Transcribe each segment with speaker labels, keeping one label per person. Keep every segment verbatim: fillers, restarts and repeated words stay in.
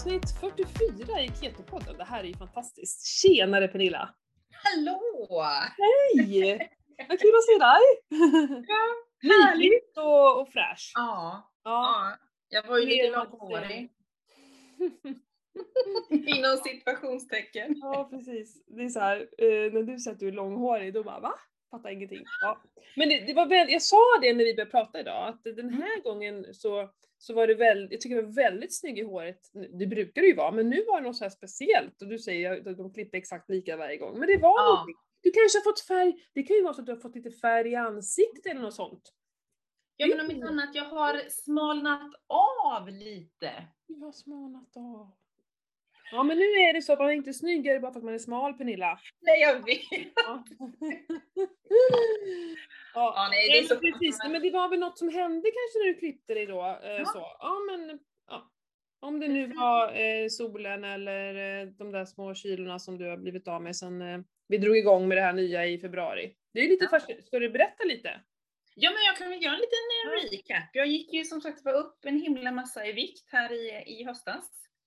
Speaker 1: avsnitt fyrtiofyra i Keto-podden. Det här är ju fantastiskt. Tjenare Pernilla!
Speaker 2: Hallå!
Speaker 1: Hej! Vad kul att se dig!
Speaker 2: Ja, härligt!
Speaker 1: Nyklippt och, och fräsch.
Speaker 2: Ja,
Speaker 1: Ja.
Speaker 2: ja, jag var ju
Speaker 1: Mer
Speaker 2: lite
Speaker 1: än att
Speaker 2: långhårig. Inom situationstecken.
Speaker 1: Ja, precis. Det är så här, eh, när du säger att du är långhårig, då bara va? Fattar ingenting. Ja. Men det, det var väl, jag sa det när vi började prata idag, att den här mm. gången så, så var det väldigt, jag tycker det var väldigt snygg i håret. Det brukar det ju vara, men nu var det något så här speciellt. Och du säger att de klipper exakt lika varje gång. Men det var
Speaker 2: Ja.
Speaker 1: någonting. Du kanske har fått färg, det kan ju vara så att du har fått lite färg i ansiktet eller något sånt.
Speaker 2: Ja, men om inte annat, jag har smalnat av lite.
Speaker 1: Du har smalnat av. Ja, men nu är det så att man är inte snyggare bara för att man är smal, Pernilla.
Speaker 2: Nej, jag vet.
Speaker 1: Ja. Ja,
Speaker 2: ja, nej, det är så
Speaker 1: men precis. Men det var väl något som hände kanske när du klippte dig då. Eh,
Speaker 2: ja.
Speaker 1: Så. Ja, men ja. Om det nu var eh, solen eller eh, de där små kilorna som du har blivit av med sen eh, vi drog igång med det här nya i februari. Det är lite ja. Fast. Ska du berätta lite?
Speaker 2: Ja, men jag kan väl göra en liten ja. recap. Jag gick ju som sagt var upp en himla massa i vikt här i, i höstas.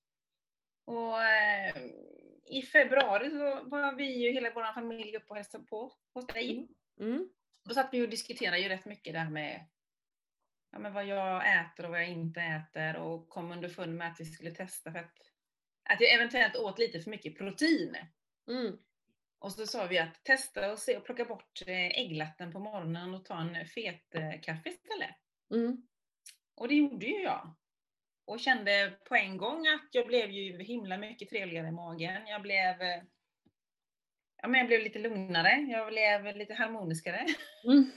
Speaker 2: Och eh, i februari så var vi ju hela vår familj upp och hälsade på hos dig.
Speaker 1: Mm. Mm.
Speaker 2: Då satt vi och diskuterade ju rätt mycket där med ja, men vad jag äter och vad jag inte äter. Och kom underfund med att vi skulle testa för att, att jag eventuellt åt lite för mycket protein.
Speaker 1: Mm.
Speaker 2: Och så sa vi att testa och se och plocka bort ägglatten på morgonen och ta en fet kaffe istället.
Speaker 1: Mm.
Speaker 2: Och det gjorde ju jag. Och kände på en gång att jag blev ju himla mycket trevligare i magen. Jag blev, ja, men jag blev lite lugnare. Jag blev lite harmoniskare.
Speaker 1: Mm.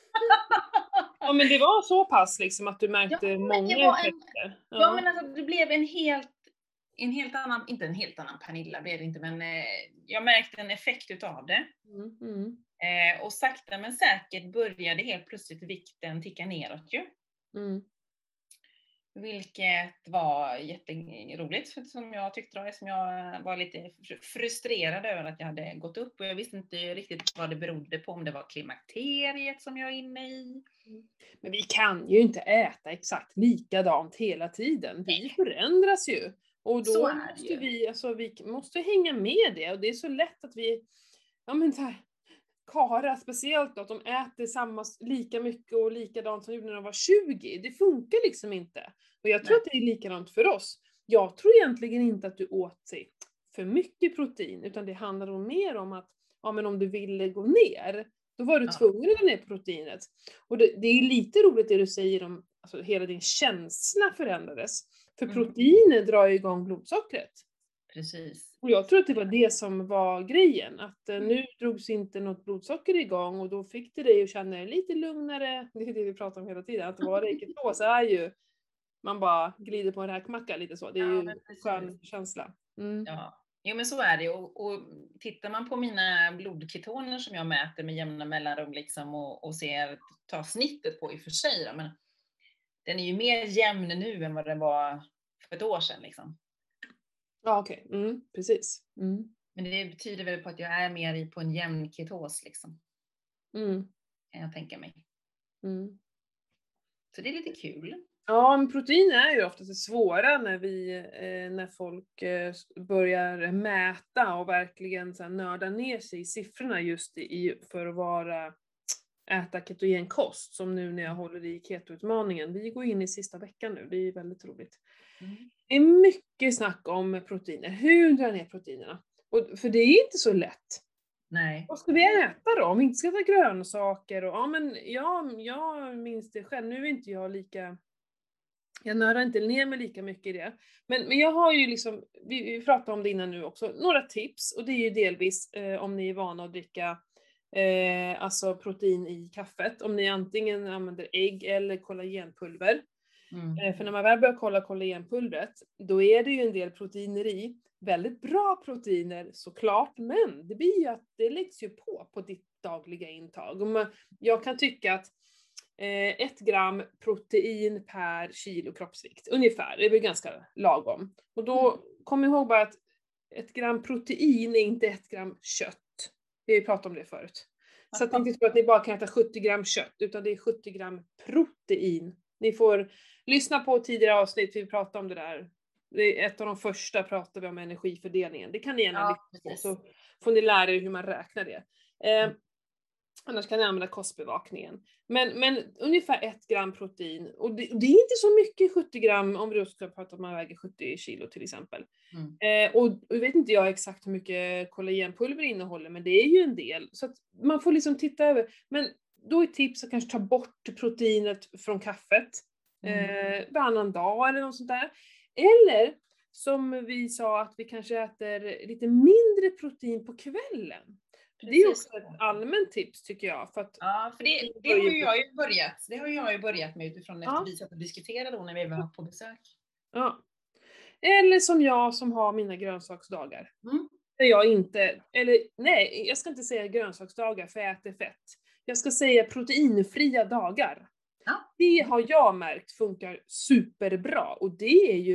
Speaker 1: Ja, men det var så pass liksom att du märkte ja, många effekter.
Speaker 2: En, ja. ja, men alltså det blev en helt, en helt annan, inte en helt annan Pernilla blev det inte, men eh, jag märkte en effekt utav det.
Speaker 1: Mm. Mm.
Speaker 2: Eh, och sakta men säkert började helt plötsligt vikten ticka neråt ju.
Speaker 1: Mm.
Speaker 2: Vilket var jätteroligt för som jag tyckte då, som jag var lite frustrerad över att jag hade gått upp och jag visste inte riktigt vad det berodde på, om det var klimakteriet som jag är inne i.
Speaker 1: Men vi kan ju inte äta exakt likadant hela tiden. Vi förändras ju. Och då måste vi, alltså, vi måste hänga med det och det är så lätt att vi, ja men så här, Kara speciellt då, att de äter samma, lika mycket och likadant som när de var tjugo. Det funkar liksom inte. Och jag tror Nej. Att det är likadant för oss. Jag tror egentligen inte att du åt sig för mycket protein. Utan det handlar nog mer om att ja, men om du ville gå ner. Då var du ja. tvungen att gå ner proteinet. Och det, det är lite roligt det du säger om alltså, hela din känsla förändrades. För mm. proteiner drar ju igång blodsockret.
Speaker 2: Precis.
Speaker 1: Och jag tror att det var det som var grejen. Att mm. nu drogs inte något blodsocker igång. Och då fick det dig att känna dig lite lugnare. Det är det vi pratar om hela tiden. Att vara i ketos är ju. Man bara glider på en räkmacka lite så. Det är ja, ju en skön känsla. Mm.
Speaker 2: Ja. Jo men så är det. Och, och tittar man på mina blodketoner som jag mäter med jämna mellanrum. Liksom, och, och ser, tar snittet på i och för sig. Då, men den är ju mer jämn nu än vad den var för ett år sedan. Liksom.
Speaker 1: Ja, okej. Okay. Mm, precis. Mm.
Speaker 2: Men det betyder väl på att jag är mer i på en jämn ketos liksom.
Speaker 1: Mm.
Speaker 2: Kan jag tänka mig.
Speaker 1: Mm.
Speaker 2: Så det är lite kul.
Speaker 1: Ja, men protein är ju ofta svåra när vi, eh, när folk eh, börjar mäta och verkligen så här, nörda ner sig i siffrorna just i, för att vara äta ketogen kost, som nu när jag håller i ketoutmaningen. Vi går in i sista veckan nu, det är väldigt roligt. Mm. Det är mycket snack om proteiner. Hur drar ner proteinerna? Och, för det är inte så lätt.
Speaker 2: Nej.
Speaker 1: Vad ska vi äta då? Om vi inte ska äta grönsaker. Och, ja, men ja, jag minns det själv. Nu är inte jag lika... Jag nördar inte ner mig lika mycket i det. Men, men jag har ju liksom... Vi, vi pratade om det innan nu också. Några tips. Och det är ju delvis eh, om ni är vana att dricka eh, alltså protein i kaffet. Om ni antingen använder ägg eller kollagenpulver. Mm. För när man väl börjar kolla kollagenpulvret, då är det ju en del proteiner i. Väldigt bra proteiner såklart, men det blir ju att det läggs ju på på ditt dagliga intag. Jag kan tycka att eh, ett gram protein per kilo kroppsvikt, ungefär, det är väl ganska lagom. Och då kom ihåg bara att ett gram protein är inte ett gram kött. Vi har ju pratat om det förut. Så att ni inte tror att ni bara kan äta sjuttio gram kött, utan det är sjuttio gram protein. Ni får lyssna på tidigare avsnitt, vi pratar om det där Det är ett av de första pratar vi om energifördelningen. Det kan ni gärna
Speaker 2: Ja,
Speaker 1: lyssna på,
Speaker 2: precis.
Speaker 1: så får ni lära er hur man räknar det. Eh,
Speaker 2: Mm.
Speaker 1: Annars kan ni använda kostbevakningen. Men, men ungefär ett gram protein. Och det, och det är inte så mycket sjuttio gram om vi då ska prata om att man väger sjuttio kilo till exempel.
Speaker 2: Mm.
Speaker 1: Eh, och, och vet inte jag exakt hur mycket kollagenpulver innehåller, men det är ju en del. Så att man får liksom titta över. Men då är tips att kanske ta bort proteinet från kaffet.
Speaker 2: Mm.
Speaker 1: Eh, varannan dag eller något sånt där. Eller som vi sa, att vi kanske äter lite mindre protein på kvällen. För det är
Speaker 2: Precis.
Speaker 1: också ett allmänt tips tycker jag. För att
Speaker 2: Ja, för det, det har ju jag ju börjat. Det har jag ju börjat med utifrån efter
Speaker 1: Ja.
Speaker 2: vi satt och diskuterade då när vi var på besök.
Speaker 1: Ja. Eller som jag som har mina grönsaksdagar.
Speaker 2: Mm.
Speaker 1: Där jag inte, eller nej, jag ska inte säga grönsaksdagar för jag äter fett. Jag ska säga proteinfria dagar.
Speaker 2: Ja.
Speaker 1: Det har jag märkt funkar superbra, och det är ju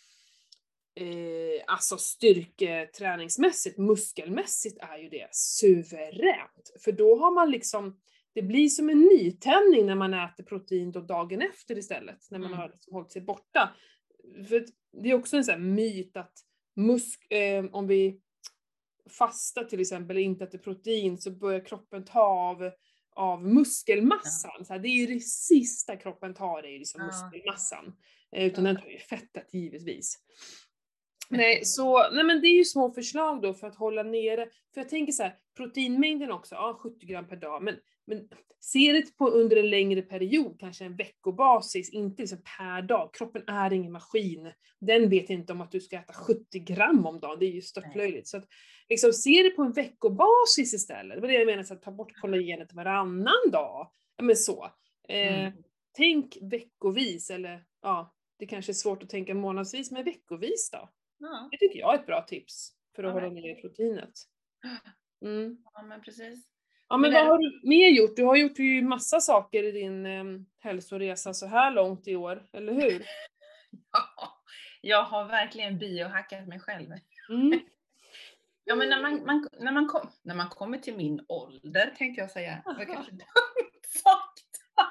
Speaker 1: eh, alltså styrketräningsmässigt, muskelmässigt är ju det suveränt. För då har man liksom, det blir som en nytändning när man äter protein då dagen efter istället, när man
Speaker 2: Mm.
Speaker 1: har liksom hållit sig borta. För det är också en sån här myt att musk, eh, om vi fastar till exempel, inte äter protein, så börjar kroppen ta av, av muskelmassan. Ja. Så här, det är ju det sista kroppen tar, det är ju liksom
Speaker 2: Ja.
Speaker 1: muskelmassan. Eh, utan
Speaker 2: Ja.
Speaker 1: den tar ju fettet givetvis. Nej, så, nej men det är ju små förslag då för att hålla nere. För jag tänker så här, proteinmängden också, ja sjuttio gram per dag. Men, men se det på under en längre period, kanske en veckobasis, inte liksom per dag. Kroppen är ingen maskin. Den vet inte om att du ska äta sjuttio gram om dagen, det är ju störtlöjligt. Så att liksom se det på en veckobasis istället. Det var det jag menar, så att ta bort kollagenet varannan dag. Ja men så. Eh,
Speaker 2: Mm.
Speaker 1: Tänk veckovis, eller ja, det kanske är svårt att tänka månadsvis, men veckovis då.
Speaker 2: Ja.
Speaker 1: Det tycker jag är ett bra tips för att
Speaker 2: Ja,
Speaker 1: hålla
Speaker 2: verkligen.
Speaker 1: ner proteinet. Mm.
Speaker 2: Ja, men precis.
Speaker 1: Ja, men,
Speaker 2: Men
Speaker 1: vad
Speaker 2: är-
Speaker 1: har du mer gjort? Du har gjort ju massa saker i din eh, hälsoresa så här långt i år, eller hur?
Speaker 2: Ja, jag har verkligen biohackat mig själv.
Speaker 1: Mm.
Speaker 2: Ja, men när man, man, när, man kom, när man kommer till min ålder, tänkte jag säga. Det var kanske dumt sagt.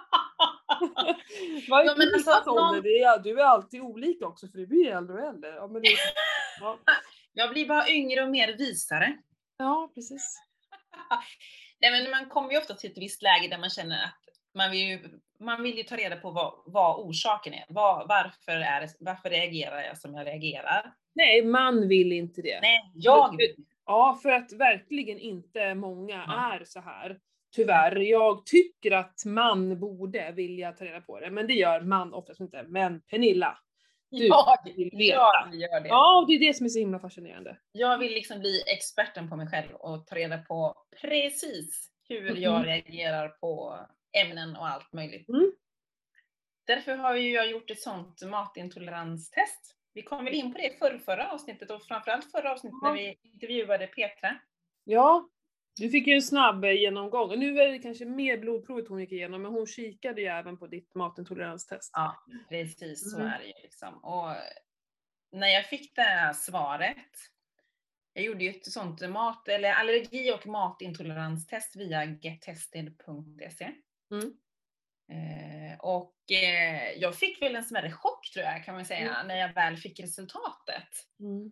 Speaker 1: Vad är
Speaker 2: Ja, men
Speaker 1: Pernillas
Speaker 2: alltså,
Speaker 1: ålder?
Speaker 2: någon-
Speaker 1: Det är, du är alltid olika också, för du blir äldre och äldre. Ja, men det, ja.
Speaker 2: Jag blir bara yngre och mer visare.
Speaker 1: ja, precis.
Speaker 2: Nej, men man kommer ju ofta till ett visst läge där man känner att man vill ju, man vill ju ta reda på vad, vad orsaken är. Vad, varför, är det, varför reagerar jag som jag reagerar?
Speaker 1: Nej, man vill inte det.
Speaker 2: Nej, jag vill.
Speaker 1: Ja, för att verkligen inte många
Speaker 2: Ja.
Speaker 1: är så här. Tyvärr. Jag tycker att man borde vilja ta reda på det, men det gör man oftast inte. Men Pernilla, du
Speaker 2: Jag,
Speaker 1: vill veta.
Speaker 2: jag gör det.
Speaker 1: Ja, och det är det som är så himla fascinerande.
Speaker 2: Jag vill liksom bli experten på mig själv och ta reda på precis hur
Speaker 1: Mhm.
Speaker 2: jag reagerar på ämnen och allt möjligt.
Speaker 1: Mm.
Speaker 2: Därför har ju jag gjort ett sånt matintoleranstest. Vi kom väl in på det förra, förra avsnittet och framförallt förra avsnittet
Speaker 1: Ja.
Speaker 2: när vi intervjuade Petra.
Speaker 1: Ja, du fick ju en snabb eh, genomgång. Och nu är det kanske mer blodprovet hon gick igenom, men hon kikade ju även på ditt matintoleranstest.
Speaker 2: Ja, precis så
Speaker 1: Mm.
Speaker 2: är det ju liksom. Och när jag fick det här svaret, jag gjorde ju ett sånt mat, eller allergi- och matintoleranstest via gettested punkt se.
Speaker 1: Mm.
Speaker 2: Eh, och eh, jag fick väl en smärre chock tror jag kan man säga
Speaker 1: Mm.
Speaker 2: när jag väl fick resultatet.
Speaker 1: Mm.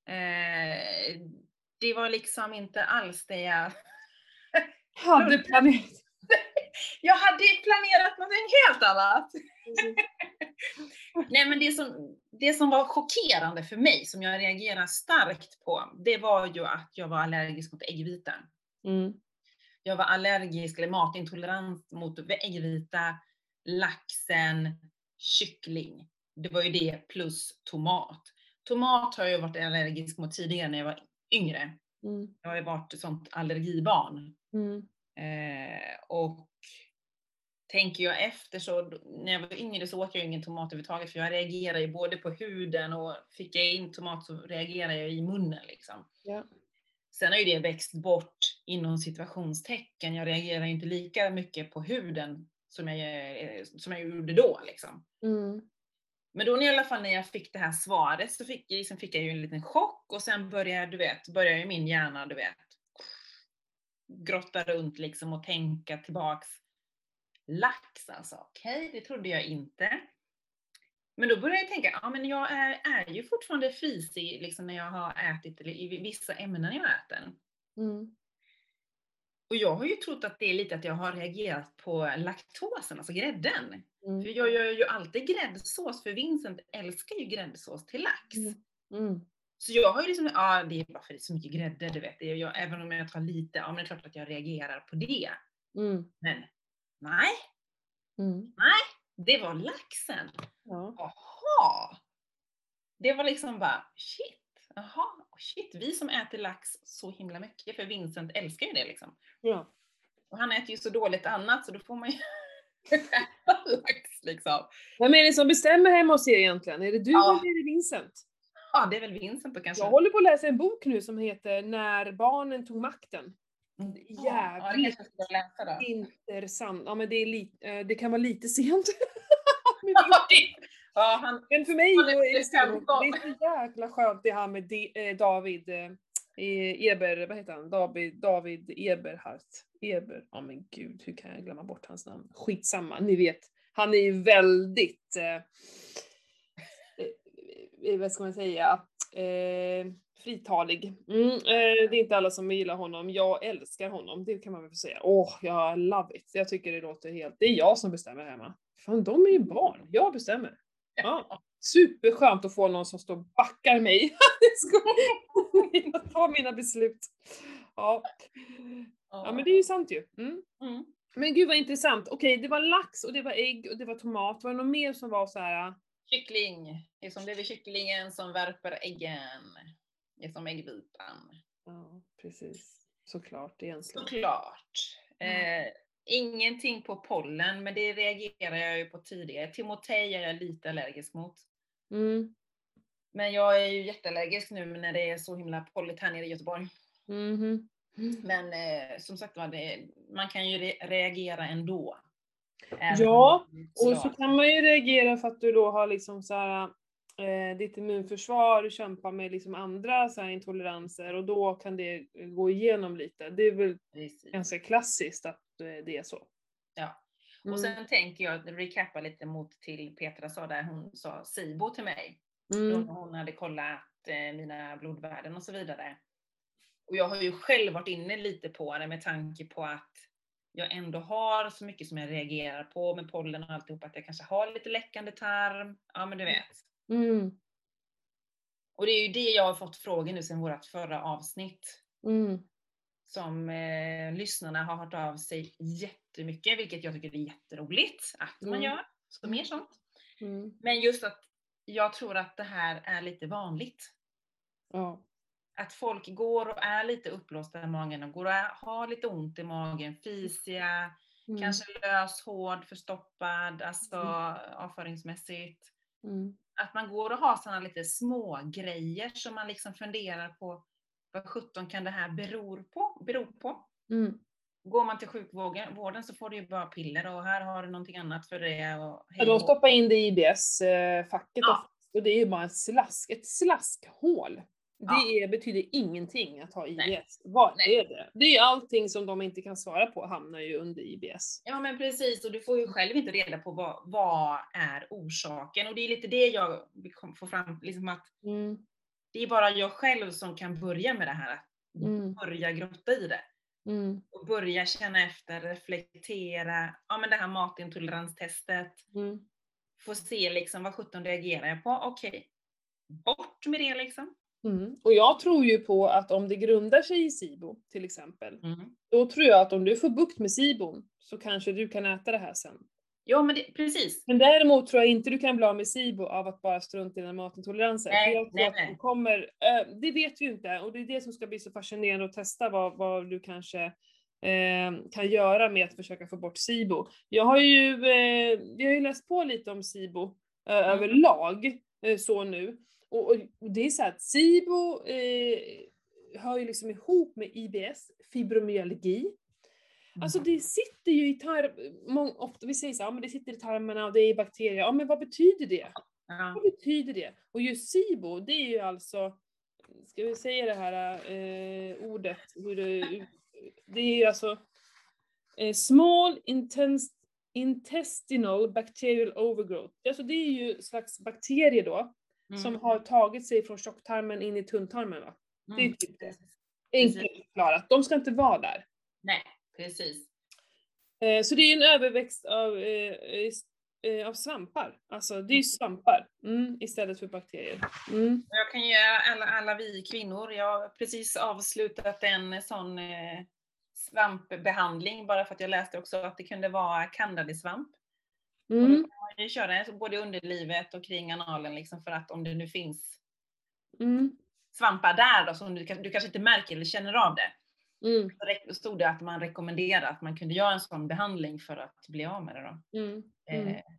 Speaker 2: Eh, det var liksom inte alls det jag...
Speaker 1: Hade planerat.
Speaker 2: Jag hade planerat något helt annat.
Speaker 1: Mm.
Speaker 2: Nej, men det som, det som var chockerande för mig, som jag reagerar starkt på, det var ju att jag var allergisk mot äggvita.
Speaker 1: Mm.
Speaker 2: Jag var allergisk eller matintolerant mot äggvita, laxen, kyckling. Det var ju det plus tomat. Tomat har jag varit allergisk mot tidigare när jag var yngre.
Speaker 1: Mm.
Speaker 2: Jag har ju varit ett sånt allergibarn.
Speaker 1: Mm.
Speaker 2: Eh, och tänker jag efter så, när jag var yngre så åt jag ingen tomat överhuvudtaget, för jag reagerar ju både på huden och fick jag in tomat så reagerar jag i munnen liksom.
Speaker 1: Ja.
Speaker 2: Sen har ju det växt bort inom situationstecken. Jag reagerar ju inte lika mycket på huden som jag, som jag gjorde då liksom.
Speaker 1: Mm.
Speaker 2: Men då i alla fall när jag fick det här svaret så fick, liksom fick jag ju en liten chock och sen började, du vet, började ju min hjärna, du vet, grotta runt liksom och tänka tillbaks. Lax alltså, okej, okay, det trodde jag inte. Men då börjar jag tänka, ja men jag är, är ju fortfarande fisig liksom när jag har ätit, eller i vissa ämnen jag äter.
Speaker 1: Mm.
Speaker 2: Och jag har ju trott att det är lite att jag har reagerat på laktosen, alltså grädden.
Speaker 1: Mm.
Speaker 2: För jag gör ju alltid gräddsås, för Vincent älskar ju gräddsås till lax.
Speaker 1: Mm. Mm.
Speaker 2: Så jag har ju liksom, ja det är bara för det är så mycket grädde, du vet. Det är jag, även om jag tar lite, ja men det är klart att jag reagerar på det.
Speaker 1: Mm.
Speaker 2: Men nej,
Speaker 1: Mm.
Speaker 2: nej, det var laxen.
Speaker 1: Ja.
Speaker 2: Jaha. Det var liksom bara, shit, jaha, shit, vi som äter lax så himla mycket, för Vincent älskar ju det liksom.
Speaker 1: Ja.
Speaker 2: Och han äter ju så dåligt annat, så då får man ju äta lax liksom.
Speaker 1: Vem är det som bestämmer hemma hos er egentligen? Är det du
Speaker 2: Ja.
Speaker 1: eller är det Vincent?
Speaker 2: Ja, det är väl Vincent då kanske.
Speaker 1: Jag håller på att läsa en bok nu som heter När barnen tog makten.
Speaker 2: Mm.
Speaker 1: Jävligt
Speaker 2: Ja, det kanske jag ska läsa då.
Speaker 1: intressant. Ja men det, är li- det kan vara lite sent.
Speaker 2: Ja, han,
Speaker 1: Men för mig
Speaker 2: han
Speaker 1: då
Speaker 2: är
Speaker 1: är det,
Speaker 2: lite
Speaker 1: så,
Speaker 2: femton.
Speaker 1: det är så jäkla skönt det här med de, eh, David eh, Eber, vad heter han? David, David Eberhardt. Eber, ja men gud, hur kan jag glömma bort hans namn? Skitsamma, ni vet. Han är ju väldigt, eh, eh, vad ska man säga, eh, fritalig. Mm, eh, det är inte alla som gillar honom. Jag älskar honom, det kan man väl få säga. Åh, oh, jag love it. Jag tycker det låter helt, det är jag som bestämmer hemma. Fan, de är ju barn, jag bestämmer. Ja, superskönt att få någon som står och backar mig. Jag tar mina beslut. Ja. Ja, men det är ju sant ju. Mm.
Speaker 2: Mm.
Speaker 1: Men gud vad intressant. Okej, det var lax och det var ägg och det var tomat. Var det något mer som var så här?
Speaker 2: Kyckling. Det är som det är kycklingen som värper äggen. Det är som äggvitan.
Speaker 1: Ja, precis. Såklart egentligen.
Speaker 2: Såklart. Eh, ingenting på pollen, men det reagerar jag ju på tidigare. Timotej är jag lite allergisk mot.
Speaker 1: Mm.
Speaker 2: Men jag är ju jätteallergisk nu när det är så himla polligt här nere i Göteborg.
Speaker 1: Mm.
Speaker 2: Men eh, som sagt var, det, man kan ju re- reagera ändå.
Speaker 1: Ja, och så kan man ju reagera för att du då har liksom så här, eh, ditt immunförsvar kämpar med liksom andra så här intoleranser och då kan det gå igenom lite. Det är väl
Speaker 2: Precis.
Speaker 1: ganska klassiskt att eh, det är så.
Speaker 2: Ja.
Speaker 1: Mm.
Speaker 2: Och sen tänker jag att recappa lite mot till Petra sa där, hon sa SIBO till mig.
Speaker 1: Mm.
Speaker 2: Då hon hade kollat eh, mina blodvärden och så vidare. Och jag har ju själv varit inne lite på det med tanke på att jag ändå har så mycket som jag reagerar på med pollen och alltihop, att jag kanske har lite läckande tarm. Ja men du vet.
Speaker 1: Mm.
Speaker 2: Och det är ju det jag har fått frågor nu sedan vårt förra avsnitt.
Speaker 1: Mm.
Speaker 2: Som eh, lyssnarna har hört av sig jättemycket, vilket jag tycker är jätteroligt att man
Speaker 1: Mm.
Speaker 2: gör. Så mer sånt.
Speaker 1: Mm.
Speaker 2: Men just att jag tror att det här är lite vanligt.
Speaker 1: Ja.
Speaker 2: Att folk går och är lite uppblåsta i magen och går och är, har lite ont i magen, fisiga,
Speaker 1: Mm.
Speaker 2: kanske lös, hård, förstoppad, alltså
Speaker 1: Mm.
Speaker 2: avföringsmässigt.
Speaker 1: Mm.
Speaker 2: Att man går och har sådana lite små grejer som man liksom funderar på, vad sjutton kan det här bero på? Bero på?
Speaker 1: Mm.
Speaker 2: Går man till sjukvården så får du ju bara piller och här har du någonting annat för det. Och
Speaker 1: Ja, de stoppar in det i I B S-facket
Speaker 2: Ja.
Speaker 1: och det är ju bara en slask, ett slaskhål. Det
Speaker 2: Ja.
Speaker 1: är, betyder ingenting att ha I B S.
Speaker 2: Nej.
Speaker 1: Vad
Speaker 2: Nej.
Speaker 1: är det? Det är allting som de inte kan svara på hamnar ju under I B S.
Speaker 2: Ja men precis, och du får ju själv inte reda på vad, vad är orsaken. Och det är lite det jag vill få fram, liksom att
Speaker 1: Mm.
Speaker 2: det är bara jag själv som kan börja med det här. Att
Speaker 1: Mm.
Speaker 2: börja grotta i det.
Speaker 1: Mm.
Speaker 2: Och börja känna efter, reflektera. Ja men det här matintoleranstestet.
Speaker 1: Mm.
Speaker 2: Få se liksom vad sjutton reagerar jag på. Okej, bort med det liksom.
Speaker 1: Mm. Och jag tror ju på att om det grundar sig i SIBO till exempel.
Speaker 2: Mm.
Speaker 1: Då tror jag att om du får bukt med SIBOn så kanske du kan äta det här sen.
Speaker 2: Ja men det, precis.
Speaker 1: Men däremot tror jag inte du kan bli av med SIBO av att bara strunta i dina matintoleranser.
Speaker 2: Nej,
Speaker 1: För jag tror
Speaker 2: nej,
Speaker 1: att
Speaker 2: nej.
Speaker 1: de kommer, äh, det vet vi ju inte. Och det är det som ska bli så fascinerande att testa vad, vad du kanske eh, kan göra med att försöka få bort SIBO. Jag har ju, eh, vi har ju läst på lite om SIBO eh,
Speaker 2: Mm.
Speaker 1: överlag eh, så nu. Och, och det är så att SIBO eh, hör ju liksom ihop med I B S, fibromyalgi. Alltså det sitter ju i tarmen, ofta vi säger så här, ja men det sitter i tarmarna och det är bakterier. Ja men vad betyder det?
Speaker 2: Ja.
Speaker 1: Vad betyder det? Och just SIBO, det är ju alltså, ska vi säga det här eh, ordet, hur det, det är ju alltså eh, small intense intestinal bacterial overgrowth. Alltså det är ju slags bakterier då,
Speaker 2: Mm.
Speaker 1: som har tagit sig från tjocktarmen in i tunntarmen, va? Det är
Speaker 2: Mm.
Speaker 1: typ det.
Speaker 2: Precis.
Speaker 1: Enkelt förklarat. De ska inte vara där.
Speaker 2: Nej, precis.
Speaker 1: Eh, så det är en överväxt av, eh, eh, av svampar. Alltså det är ju svampar mm, istället för bakterier. Mm.
Speaker 2: Jag kan ge alla, alla vi kvinnor, jag har precis avslutat en sån eh, svampbehandling, bara för att jag läste också att det kunde vara kandadisvamp.
Speaker 1: Mm.
Speaker 2: Och då kan man ju köra den både under livet och kring analen, liksom, för att om det nu finns
Speaker 1: Mm.
Speaker 2: svampar där då, som du, du kanske inte märker eller känner av det.
Speaker 1: Mm.
Speaker 2: Så stod det att man rekommenderar att man kunde göra en sån behandling för att bli av med det då.
Speaker 1: Mm. Mm.
Speaker 2: Eh,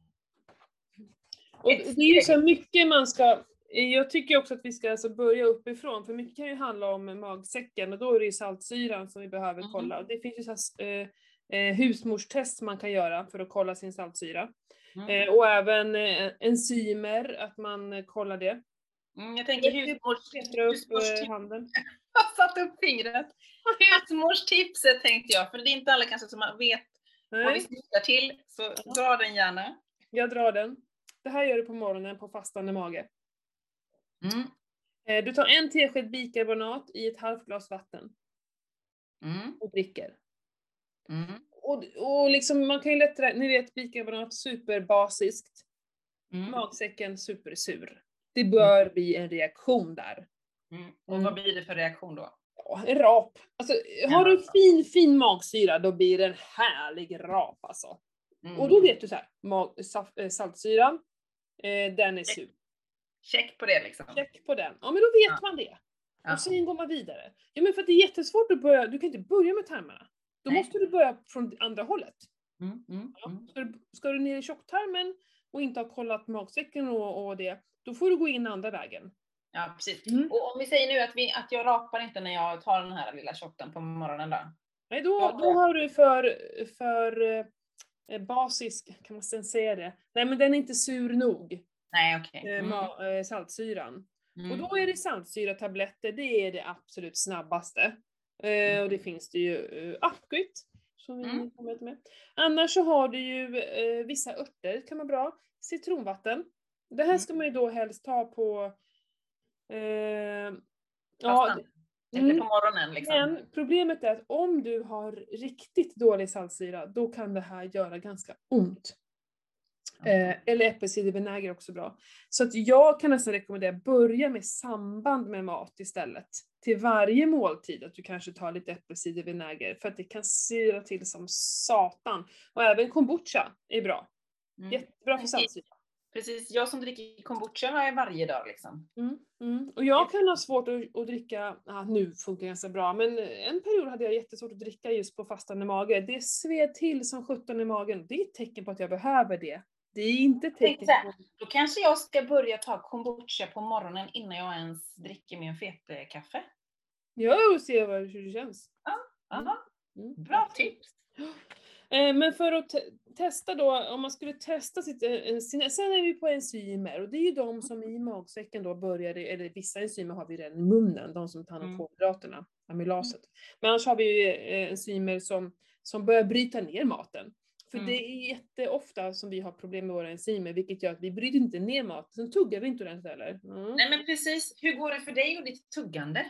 Speaker 1: Och det är ju så mycket man ska, jag tycker också att vi ska alltså börja uppifrån, för mycket kan ju handla om magsäcken och då är det ju saltsyran som vi behöver
Speaker 2: Mm.
Speaker 1: kolla. Det finns ju så här, eh, husmorstest man kan göra för att kolla sin saltsyra.
Speaker 2: Mm.
Speaker 1: Eh, och även eh, enzymer, att man eh, kollar det.
Speaker 2: Mm, jag tänker husmors,
Speaker 1: Petra upp
Speaker 2: husmorstips.
Speaker 1: eh, handen.
Speaker 2: Jag satt upp fingret. Husmorstipset tänkte jag, för det är inte alla kanske som vet vad vi
Speaker 1: Nej,
Speaker 2: syftar till, så dra den gärna.
Speaker 1: jag drar den. Det här gör du på morgonen på fastande mage.
Speaker 2: Mm.
Speaker 1: Eh, du tar en tesked bikarbonat i ett halvt glas vatten
Speaker 2: Mm.
Speaker 1: och dricker.
Speaker 2: Mm.
Speaker 1: Och, och liksom, man kan ju lätt räkna, ni vet bikarbonat superbasiskt.
Speaker 2: Mm.
Speaker 1: Magsäcken supersur. Det bör bli en reaktion där.
Speaker 2: Mm. Och
Speaker 1: Mm.
Speaker 2: vad blir det för reaktion då?
Speaker 1: Ja, en rap. Alltså, har du fin, fin magsyra, då blir det en härlig rap alltså.
Speaker 2: Mm.
Speaker 1: Och då vet du så här, mag, saf, eh, saltsyran, eh, den är sur.
Speaker 2: Check på det liksom.
Speaker 1: Check på den. Ja, men då vet
Speaker 2: Ja.
Speaker 1: man det.
Speaker 2: Ja.
Speaker 1: Och sen går man vidare. Ja, men för att det är jättesvårt att börja, du kan inte börja med tarmarna. Då
Speaker 2: Nej.
Speaker 1: måste du börja från andra hållet.
Speaker 2: Mm. Mm.
Speaker 1: Ja.
Speaker 2: Mm.
Speaker 1: Ska, du, ska du ner i tjocktarmen och inte ha kollat magsäcken och, och det, då får du gå in andra vägen.
Speaker 2: Ja, precis.
Speaker 1: Mm.
Speaker 2: Och om vi säger nu att, vi, att jag rapar inte när jag tar den här lilla shotten på morgonen då?
Speaker 1: Nej, då,
Speaker 2: Ja.
Speaker 1: då har du för, för eh, basisk, kan man sen säga det? Nej, men den är inte sur nog,
Speaker 2: Nej, okej.
Speaker 1: eh,
Speaker 2: Mm.
Speaker 1: ma- eh, saltsyran.
Speaker 2: Mm.
Speaker 1: Och då är det saltsyratabletter, det är det absolut snabbaste. Eh, och det finns det ju eh, Upgrit, som vi
Speaker 2: Mm.
Speaker 1: kommer med. Annars så har du ju eh, vissa örter, kan vara bra. Citronvatten. Det här ska man ju då helst ta på eh, ja,
Speaker 2: Fastan. Eller
Speaker 1: mm.
Speaker 2: på morgonen liksom.
Speaker 1: Men problemet är att om du har riktigt dålig saltsyra, då kan det här göra ganska ont. Eh, eller äppelcidervinäger är också bra. Så att jag kan nästan rekommendera att börja med samband med mat istället. Till varje måltid att du kanske tar lite äppelcidervinäger, för att det kan syra till som satan. Och även kombucha är bra.
Speaker 2: Mm.
Speaker 1: Jättebra för saltsyra.
Speaker 2: Precis, jag som dricker kombucha var varje dag liksom.
Speaker 1: Mm, mm. Och jag kan ha svårt att, att dricka, ah, nu funkar det ganska bra, men en period hade jag jättesvårt att dricka just på fastande mage. Det sved till som sjutton i magen. Det är ett tecken på att jag behöver det. Det är inte ett tecken på...
Speaker 2: Då kanske jag ska börja ta kombucha på morgonen innan jag ens dricker min fetekaffe.
Speaker 1: Ja, och se vad, hur det känns.
Speaker 2: Aha.
Speaker 1: Mm.
Speaker 2: Bra tips.
Speaker 1: Eh, Men för att te- testa då, om man skulle testa sitt, eh, sina, sen är vi på enzymer, och det är ju de som i magsäcken då börjar, det- eller vissa enzymer har vi redan i munnen, de som tar hand om
Speaker 2: Mm.
Speaker 1: kolhydraterna, amylaset. Men annars har vi ju eh, enzymer som, som börjar bryta ner maten. För
Speaker 2: Mm.
Speaker 1: det är jätteofta som vi har problem med våra enzymer, vilket gör att vi bryter inte ner maten, sen tuggar vi inte ordentligt heller. Mm.
Speaker 2: Nej men precis, hur går det för dig och ditt tuggande?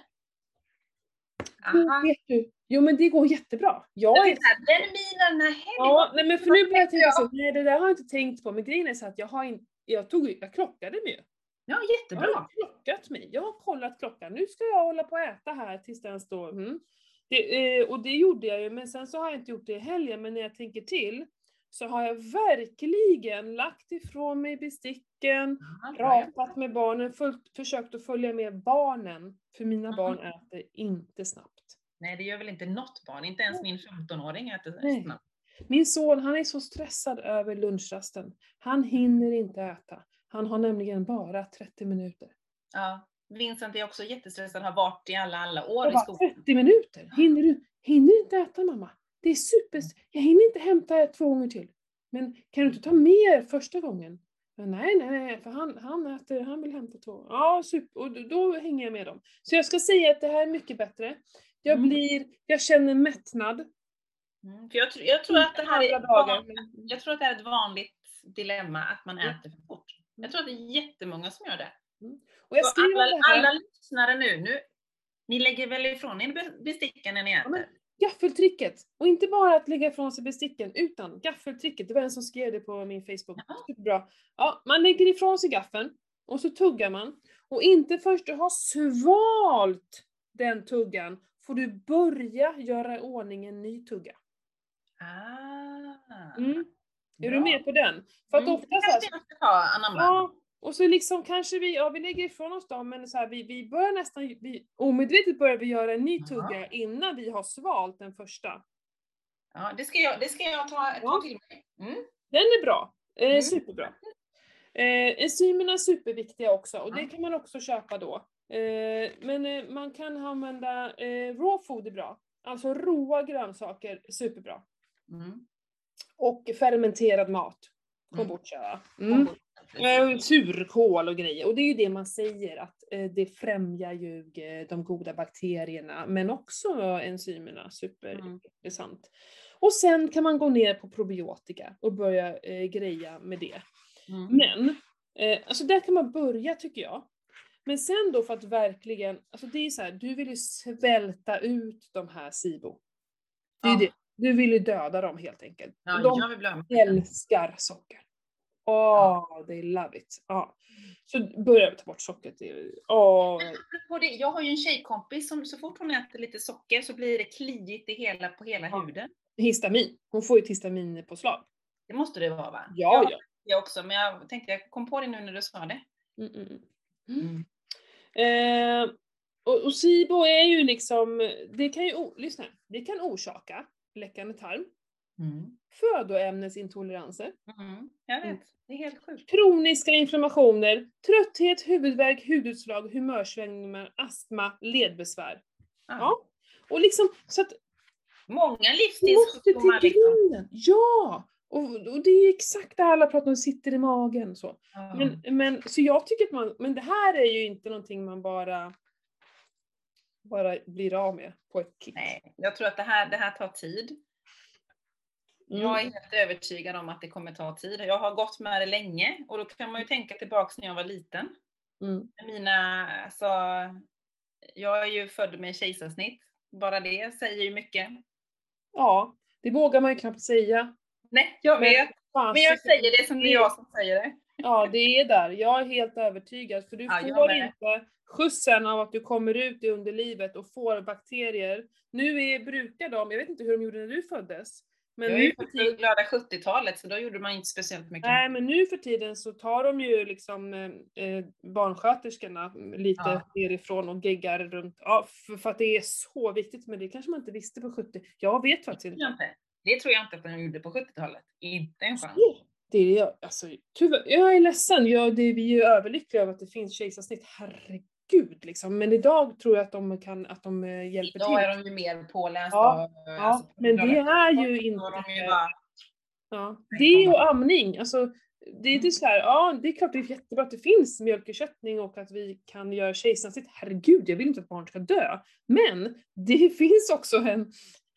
Speaker 1: Jo,
Speaker 2: Aha.
Speaker 1: vet du? Jo, men det går jättebra. Jag
Speaker 2: Jag
Speaker 1: är...
Speaker 2: tänkte såhär, den minen, nej, det
Speaker 1: Ja,
Speaker 2: var-
Speaker 1: nej, men för nu börjar jag tänka
Speaker 2: Ja.
Speaker 1: så, nej det där har jag inte tänkt på, men grejen är så att jag har inte, jag tog, jag klockade mig ju.
Speaker 2: Ja,
Speaker 1: Jag
Speaker 2: jättebra.
Speaker 1: har klockat mig, jag har kollat klockan, nu ska jag hålla på att äta här tills den står, mm. det, eh, och det gjorde jag ju, men sen så har jag inte gjort det i helgen, men när jag tänker till så har jag verkligen lagt ifrån mig besticken,
Speaker 2: Aha, bra.
Speaker 1: pratat med barnen, följt, försökt att följa med barnen, för mina
Speaker 2: Mhm.
Speaker 1: barn äter inte snabbt.
Speaker 2: Nej, det gör väl inte något barn, inte ens min femtonåring äter
Speaker 1: Nej.
Speaker 2: snabbt.
Speaker 1: Min son, han är så stressad över lunchrasten. Han hinner inte äta. Han har nämligen bara trettio minuter.
Speaker 2: Ja. Vincent är också jättestressad, har varit i alla, alla år
Speaker 1: Jag
Speaker 2: i
Speaker 1: bara,
Speaker 2: skolan.
Speaker 1: trettio minuter? Hinner du? Hinner inte äta, mamma? Det är super... Jag hinner inte hämta två gånger till. Men kan du inte ta mer första gången? Men nej, nej, nej, för han, han äter, han vill hämta två. Ja, super. Och då, då hänger jag med dem. Så jag ska säga att det här är mycket bättre. Jag
Speaker 2: Mm.
Speaker 1: blir, jag känner mättnad.
Speaker 2: Mm, för jag, tr- jag tror att det här är
Speaker 1: Andra dagar.
Speaker 2: van, jag tror att det är ett vanligt dilemma att man
Speaker 1: Mm.
Speaker 2: äter för fort. Jag tror att det är jättemånga som gör det.
Speaker 1: Mm. Och jag
Speaker 2: Så
Speaker 1: skrev
Speaker 2: alla,
Speaker 1: det här.
Speaker 2: alla lyssnare nu, nu, ni lägger väl ifrån er be- besticken när ni
Speaker 1: Ja, men
Speaker 2: äter?
Speaker 1: gaffeltricket. Och inte bara att lägga ifrån sig besticken, utan gaffeltricket. Det var en som skrev det på min Facebook.
Speaker 2: Jaha.
Speaker 1: Superbra. Ja, man lägger ifrån sig gaffeln och så tuggar man. Och inte först du har svalt den tuggan får du börja göra i ordning en ny tugga.
Speaker 2: Ah,
Speaker 1: Mm. Är du
Speaker 2: bra.
Speaker 1: med på den? För att
Speaker 2: Mm,
Speaker 1: ofta
Speaker 2: det
Speaker 1: så här,
Speaker 2: kanske jag ska ta, anamma.
Speaker 1: ja, och så liksom kanske vi, ja vi lägger ifrån oss dem, men så här, vi, vi börjar nästan, vi, omedvetet börjar vi göra en ny tugga innan vi har svalt den första.
Speaker 2: Ja, det ska jag, det ska jag ta, ta
Speaker 1: Ja.
Speaker 2: till mig. Mm.
Speaker 1: Den är bra, eh,
Speaker 2: Mm.
Speaker 1: superbra. Eh, enzymerna är superviktiga också, och det
Speaker 2: Ja.
Speaker 1: kan man också köpa då. Eh, men eh, man kan använda, eh, raw food är bra. Alltså råa grönsaker, superbra.
Speaker 2: Mm.
Speaker 1: Och fermenterad mat.
Speaker 2: Mm.
Speaker 1: Kombucha. Mm.
Speaker 2: Precis.
Speaker 1: Eh, surkål och grejer. Och det är ju det man säger, att eh, det främjar ju eh, de goda bakterierna, men också enzymerna. Superintressant.
Speaker 2: Mm.
Speaker 1: Och sen kan man gå ner på probiotika och börja eh, greja med det.
Speaker 2: Mm.
Speaker 1: Men, eh, alltså där kan man börja tycker jag. Men sen då för att verkligen, alltså det är så här, du vill ju svälta ut de här SIBO. Det är
Speaker 2: Ja.
Speaker 1: det. Du vill ju döda dem helt enkelt.
Speaker 2: Ja,
Speaker 1: Och de
Speaker 2: jag vill bli av med det.
Speaker 1: älskar socker. Åh,
Speaker 2: Ja.
Speaker 1: they love it. Ja. Så börjar vi ta bort sockret. Det är- Åh.
Speaker 2: På det, jag har ju en tjejkompis som så fort hon äter lite socker så blir det kliigt i hela, på hela
Speaker 1: Ja.
Speaker 2: huden.
Speaker 1: Histamin. Hon får ju ett histaminpåslag.
Speaker 2: Det måste det vara va?
Speaker 1: Ja,
Speaker 2: jag
Speaker 1: ja.
Speaker 2: Jag också, men jag tänkte jag kom på det nu när du sa det.
Speaker 1: Mm, mm, mm.
Speaker 2: Mm.
Speaker 1: Eh, och, och SIBO är ju liksom, det kan ju, o- lyssna, det kan orsaka läckande tarm,
Speaker 2: Mm.
Speaker 1: födoämnesintoleranser,
Speaker 2: Mm. Jag vet, det är helt sjukt.
Speaker 1: kroniska inflammationer, trötthet, huvudvärk, hudutslag, humörsvängningar, astma, ledbesvär.
Speaker 2: Ja.
Speaker 1: Ja. Och liksom, så att
Speaker 2: Många
Speaker 1: du måste
Speaker 2: livsstilssjukdomar
Speaker 1: till
Speaker 2: liksom.
Speaker 1: grunden. Ja! Och, och det är ju exakt det alla pratar om, sitter i magen så.
Speaker 2: Ja.
Speaker 1: Men, men, så jag tycker att man, men det här är ju inte någonting man bara, bara blir av med på ett kick.
Speaker 2: Nej, jag tror att det här, det här tar tid.
Speaker 1: Mm.
Speaker 2: Jag är helt övertygad om att det kommer ta tid. Jag har gått med det länge och då kan man ju tänka tillbaks när jag var liten.
Speaker 1: Mm.
Speaker 2: Mina, alltså, jag är ju född med kejsarsnitt. Bara det säger ju mycket.
Speaker 1: Ja, det vågar man ju knappt säga.
Speaker 2: Nej, jag
Speaker 1: Men
Speaker 2: vet.
Speaker 1: fan,
Speaker 2: Men jag
Speaker 1: så-
Speaker 2: säger det som det är jag som säger det.
Speaker 1: Ja, det är där. Jag är helt övertygad. För du
Speaker 2: Ja, jag
Speaker 1: får
Speaker 2: med.
Speaker 1: inte skjutsen av att du kommer ut i underlivet och får bakterier. Nu är, brukar de, jag vet inte hur de gjorde när du föddes. Men
Speaker 2: Jag är
Speaker 1: nu
Speaker 2: ju
Speaker 1: för
Speaker 2: född
Speaker 1: tiden,
Speaker 2: på glada sjuttiotalet så då gjorde man inte speciellt mycket.
Speaker 1: nej, men nu för tiden så tar de ju liksom eh, eh, barnsköterskorna lite
Speaker 2: Ja.
Speaker 1: nerifrån och geggar runt. Ja, för, för att det är så viktigt, men det kanske man inte visste på sjuttio. Jag vet faktiskt
Speaker 2: Det tror
Speaker 1: inte.
Speaker 2: jag inte. Det tror jag inte att de gjorde på sjuttiotalet. Inte en chans.
Speaker 1: Det är jag, alltså, tyvärr, jag är ledsen, jag, det, vi är ju överlyckliga över att det finns kejsarsnitt, herregud liksom. Men idag tror jag att de kan, att de eh, hjälper
Speaker 2: Idag
Speaker 1: till.
Speaker 2: är de ju mer pålästa.
Speaker 1: Ja,
Speaker 2: och,
Speaker 1: ja,
Speaker 2: alltså,
Speaker 1: men det är ju
Speaker 2: då
Speaker 1: inte,
Speaker 2: har de ju bara,
Speaker 1: ja, det och amning, alltså det är inte
Speaker 2: Mm.
Speaker 1: så här, ja det är klart det är jättebra att det finns mjölkersättning och att vi kan göra kejsarsnitt, herregud jag vill inte att barn ska dö. Men det finns också en,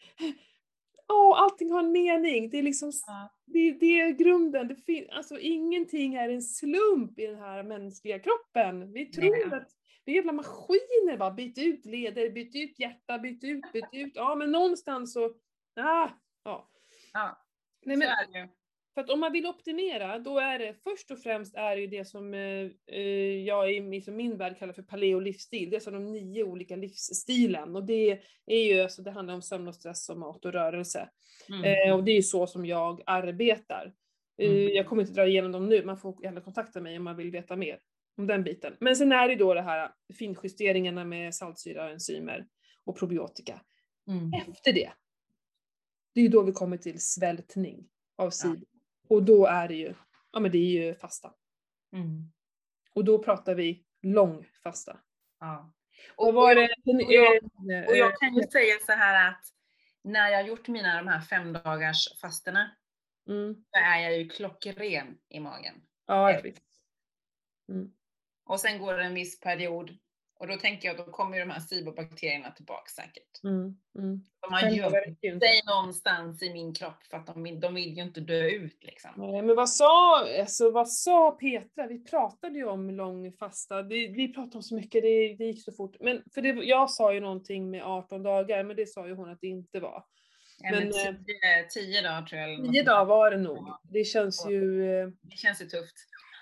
Speaker 1: ja allting har en mening, det är liksom
Speaker 2: ja.
Speaker 1: Det, det är grunden. Det fin- alltså, ingenting är en slump i den här mänskliga kroppen. Vi tror
Speaker 2: Nej.
Speaker 1: att vi är jävla maskiner bara. Byt ut leder, byt ut hjärta, byt ut, byt ut. Ja, men någonstans så... Ah, ja.
Speaker 2: Ja,
Speaker 1: Nej,
Speaker 2: så
Speaker 1: men,
Speaker 2: är det ju.
Speaker 1: för att om man vill optimera, då är det först och främst är det ju det som eh, eh, jag i som min värld kallar för paleo-livsstil. Det är som de nio olika livsstilen. Och det är ju, alltså, det handlar om sömn och stress och mat och rörelse.
Speaker 2: Mm.
Speaker 1: Eh, och det är ju så som jag arbetar. Eh,
Speaker 2: Mm.
Speaker 1: Jag kommer inte dra igenom dem nu, man får gärna kontakta mig om man vill veta mer om den biten. Men sen är det då det här finjusteringarna med saltsyra, enzymer och probiotika.
Speaker 2: Mm.
Speaker 1: Efter det, det är ju då vi kommer till svältning av SIBO. Och då är det ju, ja men det är ju fasta.
Speaker 2: Mm.
Speaker 1: Och då pratar vi lång fasta.
Speaker 2: Ja.
Speaker 1: Och,
Speaker 2: Och,
Speaker 1: var
Speaker 2: och,
Speaker 1: det,
Speaker 2: jag, och, jag, och jag kan ju säga så här att när jag har gjort mina de här fem dagars fasterna
Speaker 1: mm.
Speaker 2: så är jag ju klockren i magen.
Speaker 1: Ja, jag vet. Mm.
Speaker 2: Och sen går det en viss period Och då tänker jag, då kommer ju de här SIBO-bakterierna tillbaka säkert.
Speaker 1: Mm, mm.
Speaker 2: De har
Speaker 1: Själva
Speaker 2: gömt
Speaker 1: verkar ju inte.
Speaker 2: sig någonstans i min kropp för att de, vill- de vill ju inte dö ut liksom.
Speaker 1: Nej, men vad sa, alltså, vad sa Petra? Vi pratade ju om lång fasta. Vi, vi pratade om så mycket, det, det gick så fort. Men för det, jag sa ju någonting med arton dagar, men det sa ju hon att det inte var.
Speaker 2: Ja,
Speaker 1: Men,
Speaker 2: men
Speaker 1: eh,
Speaker 2: tio, tio dagar tror jag. eller något
Speaker 1: Tio
Speaker 2: sånt där.
Speaker 1: dagar var det nog. Det känns
Speaker 2: Ja.
Speaker 1: ju... eh,
Speaker 2: Det känns ju tufft.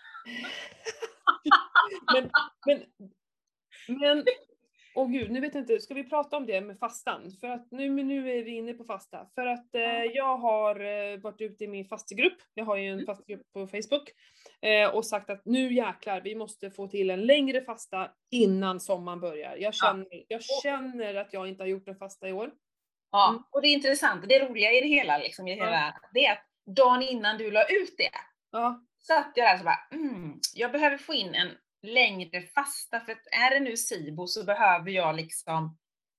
Speaker 1: Men, men, men, åh gud, nu vet jag inte, ska vi prata om det med fastan? För att nu, men nu är vi inne på fasta. För att eh, jag har eh, varit ute i min fastegrupp, jag har ju en fastegrupp på Facebook, eh, och sagt att nu jäklar, vi måste få till en längre fasta innan sommaren börjar. Jag känner, jag känner att jag inte har gjort en fasta i år.
Speaker 2: Ja,
Speaker 1: Mm.
Speaker 2: och det är intressant, det roliga i det hela, liksom, i det, hela det är att dagen innan du la ut det,
Speaker 1: Ja,
Speaker 2: satt jag där och bara, mm, jag behöver få in en längre fasta, för att är det nu SIBO så behöver jag liksom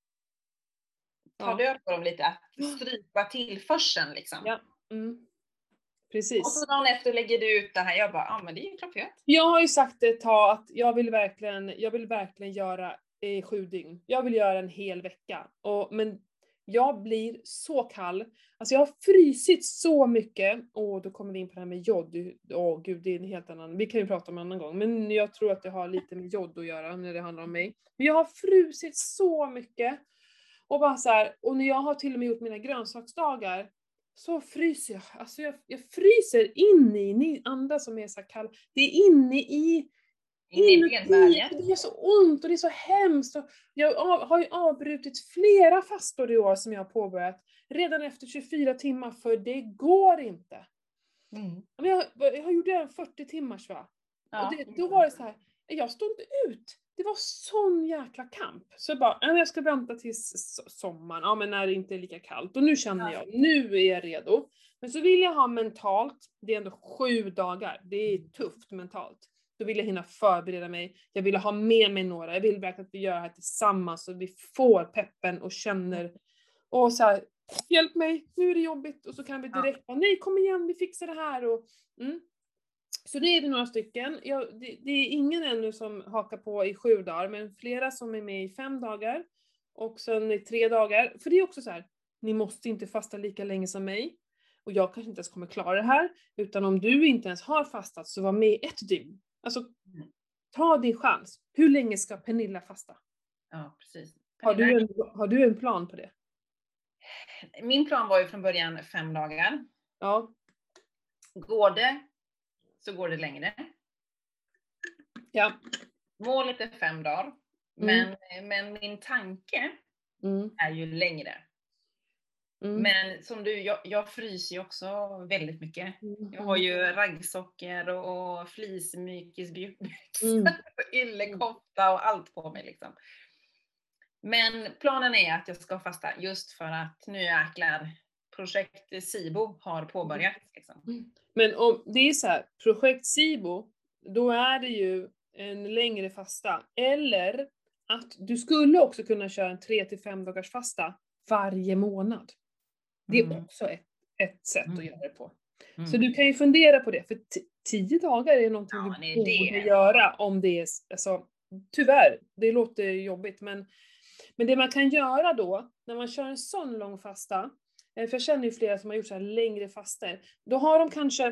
Speaker 2: ta
Speaker 1: ja,
Speaker 2: död på dem lite, att strypa tillförseln liksom.
Speaker 1: ja. Mm.
Speaker 2: Och
Speaker 1: Precis.
Speaker 2: så dagen efter lägger du ut det här, jag bara, ja ah, men det är ju klockrent.
Speaker 1: Jag har ju sagt ett tag att jag vill verkligen, jag vill verkligen göra eh, sju dygn. Jag vill göra en hel vecka. Och, men jag blir så kall. Alltså jag har frysit så mycket. Och då kommer vi in på det här med jod. Åh oh, gud, det är en helt annan. Vi kan ju prata om en annan gång. Men jag tror att det har lite med jod att göra när det handlar om mig. Men jag har frusit så mycket. Och bara så här, och när jag har till och med gjort mina grönsaksdagar, så fryser jag. Alltså jag, jag fryser in i, ni andra som är så kall. Det är inne i,
Speaker 2: In i
Speaker 1: inuti,
Speaker 2: benmärgen.
Speaker 1: det gör så ont och det är så hemskt. Och jag av, har ju avbrutit flera fastor i år som jag har påbörjat. Redan efter tjugofyra timmar, för det går inte.
Speaker 2: Mm.
Speaker 1: Men jag, jag har gjort det fyrtio timmars va?
Speaker 2: Ja.
Speaker 1: Och det, då var det så här, jag stod inte ut. Det var sån jäkla kamp. Så jag bara, "Nej, jag ska vänta till sommaren, ja men när det inte är lika kallt. Och nu känner jag, nu är jag redo. Men så vill jag ha mentalt, det är ändå sju dagar, det är tufft mentalt. Då vill jag hinna förbereda mig, jag vill ha med mig några, jag vill verkligen att vi gör det här tillsammans. Så vi får peppen och känner, och så här, hjälp mig, nu är det jobbigt. Och så kan vi direkt, ja. nej kom igen, vi fixar det här. Och, mm. Så det är det några stycken. Jag, det, det är ingen ännu som hakar på i sju dagar, men flera som är med i fem dagar. Och sen i tre dagar. För det är också så här, ni måste inte fasta lika länge som mig. Och jag kanske inte ens kommer klara det här. Utan om du inte ens har fastat, så var med ett dygn. Alltså, ta din chans. Hur länge ska Pernilla fasta?
Speaker 2: Ja, precis.
Speaker 1: Har du, en, har du en plan på det?
Speaker 2: Min plan var ju från början fem dagar.
Speaker 1: Ja.
Speaker 2: Går det så går det längre.
Speaker 1: Ja.
Speaker 2: Målet är fem dagar. Men, mm. men min tanke
Speaker 1: mm.
Speaker 2: är ju längre. Mm. Men som du, jag, jag fryser ju också väldigt mycket. Mm. Jag har ju raggsockor och, och fleecemykisbyxor, mm. yllekofta och allt på mig liksom. Men planen är att jag ska fasta just för att nu jäklar projekt SIBO har påbörjats. Liksom.
Speaker 1: Mm. Men om det är så här, projekt SIBO, då är det ju en längre fasta. Eller att du skulle också kunna köra en tre till fem dagars fasta varje månad. Det är mm. också ett, ett sätt mm. att göra det på. Mm. Så du kan ju fundera på det, för t- tio dagar är någonting ja, du borde det. göra om det är, alltså, tyvärr, det låter jobbigt, men, men det man kan göra då, när man kör en sån lång fasta, för jag känner ju flera som har gjort så här längre faster, då har de kanske,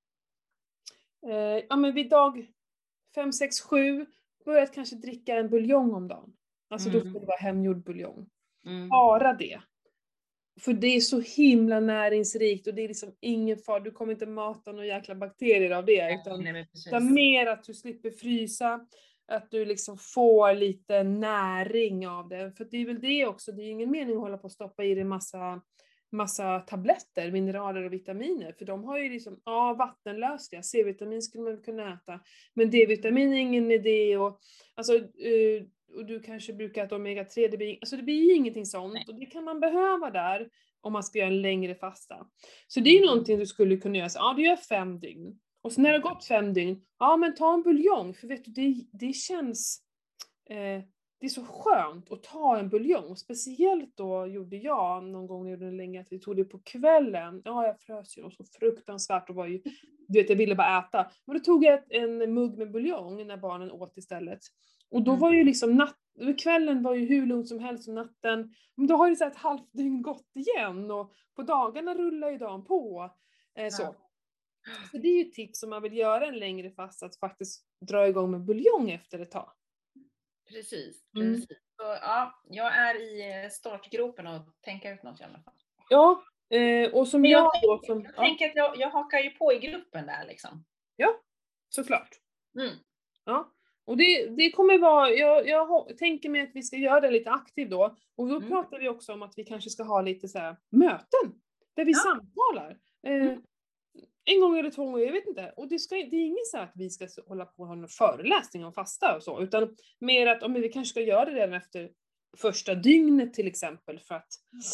Speaker 1: eh, ja men vid dag fem, sex, sju, börjat kanske dricka en buljong om dagen. Alltså mm. då ska det vara hemgjord buljong. Mm. Bara det. För det är så himla näringsrikt och det är liksom ingen far, du kommer inte mata några jäkla bakterier av det, utan det är mer att du slipper frysa, att du liksom får lite näring av det. För det är väl det också, det är ingen mening att hålla på och stoppa i dig massa, massa tabletter, mineraler och vitaminer, för de har ju liksom, ja vattenlösliga, C-vitamin skulle man kunna äta, men D-vitamin är ingen idé, och alltså uh, och du kanske brukar äta omega tre, det blir, alltså det blir ju ingenting sånt. Nej. Och det kan man behöva där om man ska göra en längre fasta. Så det är ju någonting du skulle kunna göra. Så, ja, du gör fem dygn. Och så när det har gått fem dygn, ja men ta en buljong. För vet du, det, det känns, eh, det är så skönt att ta en buljong. Speciellt då gjorde jag någon gång när jag gjorde det länge, att vi tog det på kvällen. Ja, jag frös ju så fruktansvärt och var ju, du vet, jag ville bara äta. Men då tog jag ett, en mugg med buljong när barnen åt istället. Och då
Speaker 2: Mm.
Speaker 1: var ju liksom natt, kvällen var ju hur lugnt som helst och natten, men då har ju så här ett halvt dygn gått igen och på dagarna rullar ju dagen på. Eh, så.
Speaker 2: Ja.
Speaker 1: så det är ju ett tips om man vill göra en längre fast att faktiskt dra igång med buljong efter ett tag.
Speaker 2: Precis,
Speaker 1: Mm.
Speaker 2: precis. Så, ja, jag är i startgropen och tänka ut något i alla fall.
Speaker 1: Ja, eh, och som
Speaker 2: Men
Speaker 1: jag,
Speaker 2: jag,
Speaker 1: då
Speaker 2: tänker,
Speaker 1: som...
Speaker 2: jag
Speaker 1: Ja,
Speaker 2: tänker att jag, jag hakar ju på i gruppen där liksom.
Speaker 1: ja, såklart.
Speaker 2: Mm.
Speaker 1: Ja. Och det, det kommer vara, jag, jag ho- tänker mig att vi ska göra det lite aktivt då. Och då
Speaker 2: Mm.
Speaker 1: pratar vi också om att vi kanske ska ha lite så här möten. Där vi
Speaker 2: Ja.
Speaker 1: samtalar. Eh,
Speaker 2: Mm.
Speaker 1: En gång eller två gånger, jag vet inte. Och det, ska, det är inget så här att vi ska så- hålla på och ha någon föreläsning om fasta och så. Utan mer att om vi kanske ska göra det redan efter första dygnet till exempel. För att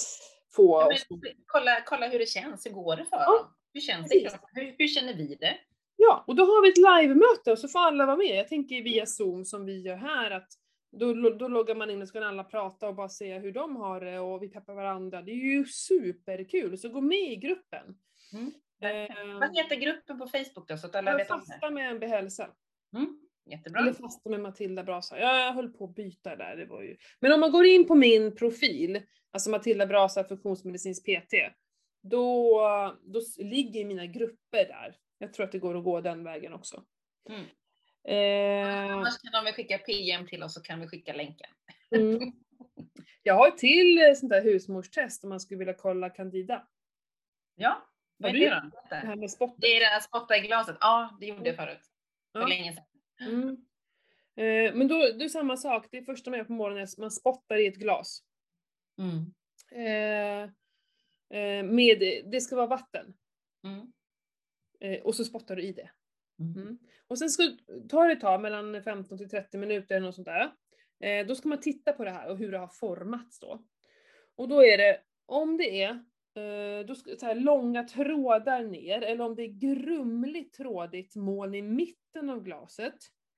Speaker 1: få
Speaker 2: Ja,
Speaker 1: oss...
Speaker 2: men, kolla, kolla hur det känns, hur går det för
Speaker 1: Ja,
Speaker 2: dem? Hur känns det i
Speaker 1: precis.
Speaker 2: kroppen? Hur, hur känner vi det?
Speaker 1: Ja, och då har vi ett live-möte och så får alla vara med. Jag tänker via Zoom som vi gör här att då, då loggar man in och så kan alla prata och bara se hur de har det och vi peppar varandra. Det är ju superkul, så gå med i gruppen.
Speaker 2: Mm.
Speaker 1: Eh,
Speaker 2: Vad heter gruppen på Facebook då, så att alla vet om det?
Speaker 1: Fasta med en behälsa.
Speaker 2: Mm. Jättebra.
Speaker 1: Eller fasta med Matilda Brasa. Jag höll på att byta där. Det var ju... Men om man går in på min profil, alltså Matilda Brasa funktionsmedicinsk P T, då, då ligger mina grupper där. Jag tror att det går att gå den vägen också.
Speaker 2: Mm.
Speaker 1: Eh,
Speaker 2: Annars kan de väl skicka P M till oss så kan vi skicka länken.
Speaker 1: mm. Jag har ett till sånt där husmorstest om man skulle vilja kolla Candida.
Speaker 2: Ja, vad är
Speaker 1: Har
Speaker 2: det
Speaker 1: du
Speaker 2: då?
Speaker 1: Det
Speaker 2: Berätta.
Speaker 1: här med spottet.
Speaker 2: Det är det att spotta i glaset. Ja, det gjorde jag förut. För
Speaker 1: Ja.
Speaker 2: länge sedan.
Speaker 1: Mm. Eh, men då, då är samma sak. Det första man gör på morgonen är att man spottar i ett glas.
Speaker 2: Mm.
Speaker 1: Eh, eh, med, det ska vara vatten.
Speaker 2: Mm.
Speaker 1: Eh, och så spottar du i det.
Speaker 2: Mm.
Speaker 1: Mm. Och sen ska ta det ta mellan femton till trettio minuter eller något sånt där. Eh, då ska man titta på det här och hur det har formats då. Och då är det, om det är eh, då ska, så här, långa trådar ner, eller om det är grumligt trådigt moln i mitten av glaset.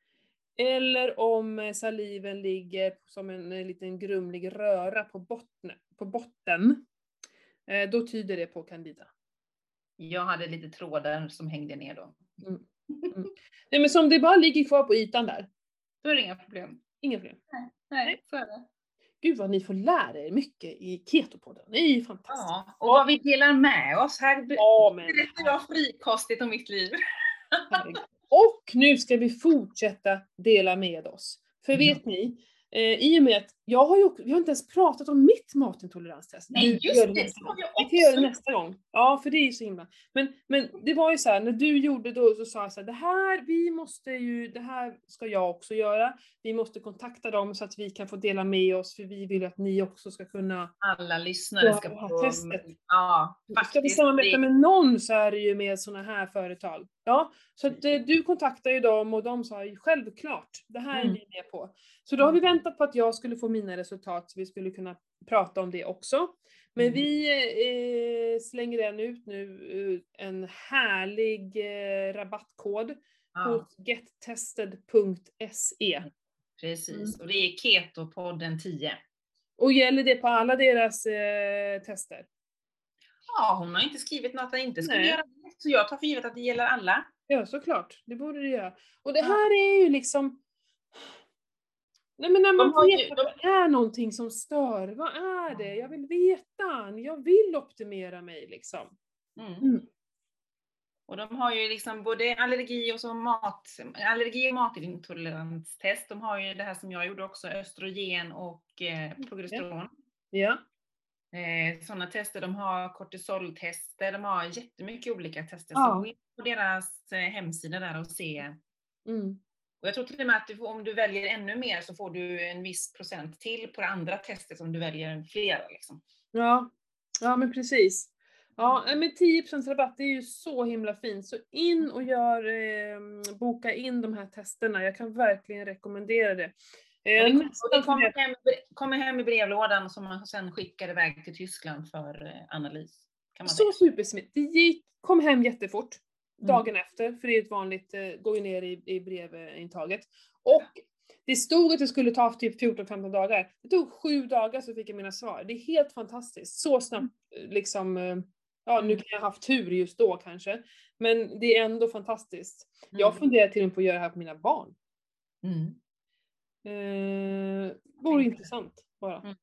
Speaker 1: Eller om eh, saliven ligger som en, en liten grumlig röra på botten. På botten eh, då tyder det på Candida.
Speaker 2: Jag hade lite trådar som hängde ner då.
Speaker 1: Mm. Mm. Nej, men som det bara ligger kvar på ytan där.
Speaker 2: Då är det inga problem.
Speaker 1: Inga problem.
Speaker 2: Nej, nej, så är det.
Speaker 1: Gud vad ni får lära er mycket i Ketopodden. Det är ju fantastiskt.
Speaker 2: Ja, och vad vi delar med oss. Här be-
Speaker 1: Ja, men
Speaker 2: berättar jag frikostigt om mitt liv.
Speaker 1: herregud. Och nu ska vi fortsätta dela med oss. För
Speaker 2: Ja.
Speaker 1: vet ni, eh, i och med att jag har ju, också- vi har inte ens pratat om mitt matintoleranstest.
Speaker 2: Nej,
Speaker 1: Du
Speaker 2: just
Speaker 1: gör
Speaker 2: det,
Speaker 1: nästa
Speaker 2: det
Speaker 1: gång.
Speaker 2: har jag
Speaker 1: Vi kan göra det
Speaker 2: också.
Speaker 1: nästa gång. Ja, för det är ju så himla. Men, men det var ju så här, när du gjorde då så sa jag så här, det här, vi måste ju, det här ska jag också göra. Vi måste kontakta dem så att vi kan få dela med oss, för vi vill att ni också ska kunna.
Speaker 2: Alla lyssnare ska
Speaker 1: Ja,
Speaker 2: få...
Speaker 1: testet.
Speaker 2: Ja,
Speaker 1: Ska vi
Speaker 2: faktiskt.
Speaker 1: samarbeta
Speaker 2: det-
Speaker 1: med någon så är det ju med såna här företag. Ja, så att, eh, du kontaktar ju dem och de sa ju självklart, det här är
Speaker 2: Mm.
Speaker 1: vi med på. Så då har vi väntat på att jag skulle få mina resultat så vi skulle kunna prata om det också. Men
Speaker 2: Mm.
Speaker 1: vi eh, slänger den ut nu, eh, en härlig eh, rabattkod
Speaker 2: Ja,
Speaker 1: hos gettested punkt se.
Speaker 2: precis.
Speaker 1: Mm.
Speaker 2: Och det är Ketopodden tio.
Speaker 1: Och gäller det på alla deras eh, tester?
Speaker 2: Ja, hon har inte skrivit något att inte skulle
Speaker 1: Nej.
Speaker 2: göra det. Så jag tar för givet att det gäller alla.
Speaker 1: Ja, såklart. Det borde det göra. Och det
Speaker 2: Ja.
Speaker 1: här är ju liksom... Nej, men när man
Speaker 2: De har
Speaker 1: vet
Speaker 2: ju-
Speaker 1: att
Speaker 2: de-
Speaker 1: det är någonting som stör, vad är det? Jag vill veta. Jag vill optimera mig liksom.
Speaker 2: Mm.
Speaker 1: Mm.
Speaker 2: Och de har ju liksom både allergi och så mat, allergi och matintoleranstest. De har ju det här som jag gjorde också, östrogen och eh, progesteron.
Speaker 1: Ja.
Speaker 2: Eh, sådana tester, de har kortisoltester, de har jättemycket olika tester.
Speaker 1: Ja.
Speaker 2: Så gå in på deras eh, hemsida där och se.
Speaker 1: Mm.
Speaker 2: Och jag tror till och med att du, får- om du väljer ännu mer så får du en viss procent till på det andra testet om du väljer flera. Liksom.
Speaker 1: Ja. Ja, men precis. Ja, nej, men tio procent rabatt, det är ju så himla fint. Så in och gör, eh, boka in de här testerna. Jag kan verkligen rekommendera det. Eh,
Speaker 2: Och det, kom, och
Speaker 1: nästan
Speaker 2: det kommer,
Speaker 1: för det-
Speaker 2: hem, kommer hem i brevlådan som man sen skickar iväg till Tyskland för eh, analys. Kan man
Speaker 1: Så
Speaker 2: säga.
Speaker 1: supersmidigt. Det gick, kom hem jättefort.
Speaker 2: Mm.
Speaker 1: Dagen efter, för det är ett vanligt, eh, går ju ner i, i brevintaget. Och det stod att det skulle ta typ fjorton femton dagar. Det tog sju dagar så fick jag mina svar. Det är helt fantastiskt. Så snabbt eh, liksom, eh, ja nu kan jag ha haft tur just då kanske. Men det är ändå fantastiskt. Jag
Speaker 2: Mm.
Speaker 1: funderar till och med på att göra det här på mina barn.
Speaker 2: Mm.
Speaker 1: Eh, vore intressant bara.
Speaker 2: Mm.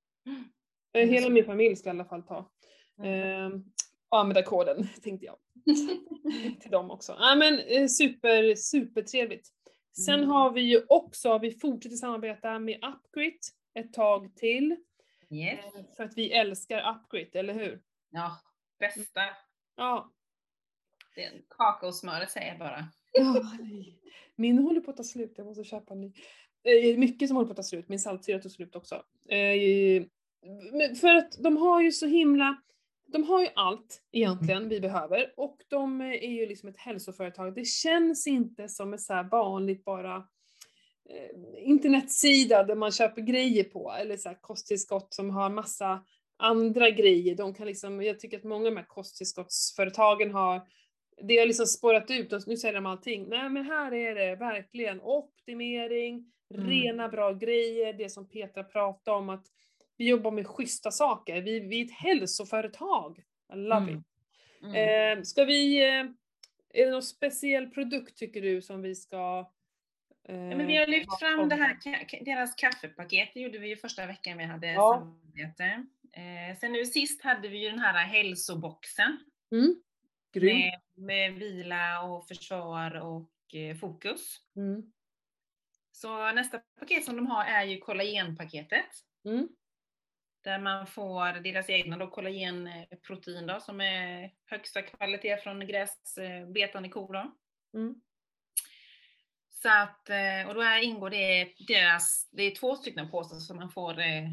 Speaker 1: Eh, hela min familj ska i alla fall ta.
Speaker 2: Mm.
Speaker 1: Eh, använda koden, tänkte jag. Till dem också. Ja, men eh, super, super trevligt. Sen
Speaker 2: Mm.
Speaker 1: har vi ju också, vi fortsätter samarbeta med Upgrid ett tag till.
Speaker 2: Yes.
Speaker 1: Eh, för att vi älskar Upgrid, eller hur?
Speaker 2: Ja, bästa.
Speaker 1: Ja.
Speaker 2: Det är en kakaosmöret säger jag bara.
Speaker 1: Ja, nej. Min håller på att ta slut, jag måste köpa en ny. Eh, mycket som håller på att ta slut, min saltsyra tog slut också. Eh, men för att de har ju så himla, de har ju allt egentligen vi behöver och de är ju liksom ett hälsoföretag. Det känns inte som ett så här vanligt bara eh, internetsida där man köper grejer på, eller så här kosttillskott som har massa andra grejer. De kan liksom, jag tycker att många av de här kosttillskottsföretagen har, det har liksom spårat ut och nu säljer de allting. Nej men här är det verkligen optimering,
Speaker 2: Mm.
Speaker 1: rena bra grejer, det som Petra pratade om att vi jobbar med schyssta saker. Vi, vi är ett hälsoföretag. I love
Speaker 2: Mm.
Speaker 1: it.
Speaker 2: Mm.
Speaker 1: Eh, ska vi, eh, är det någon speciell produkt tycker du som vi ska eh,
Speaker 2: Ja, men vi har lyft fram det här, ka- deras kaffepaket, det gjorde vi ju första veckan vi hade
Speaker 1: Ja.
Speaker 2: samarbete. Eh, sen nu sist hade vi ju den här hälsoboxen.
Speaker 1: Mm. Grym.
Speaker 2: Med, med vila och försvar och eh, fokus.
Speaker 1: Mm.
Speaker 2: Så nästa paket som de har är ju kollagenpaketet.
Speaker 1: Mm.
Speaker 2: Där man får deras egna då, kollagenprotein då, som är högsta kvalitet från gräsbetande kor då.
Speaker 1: Mm.
Speaker 2: Så att, och då är, ingår det deras, det är två stycken påsar som man får,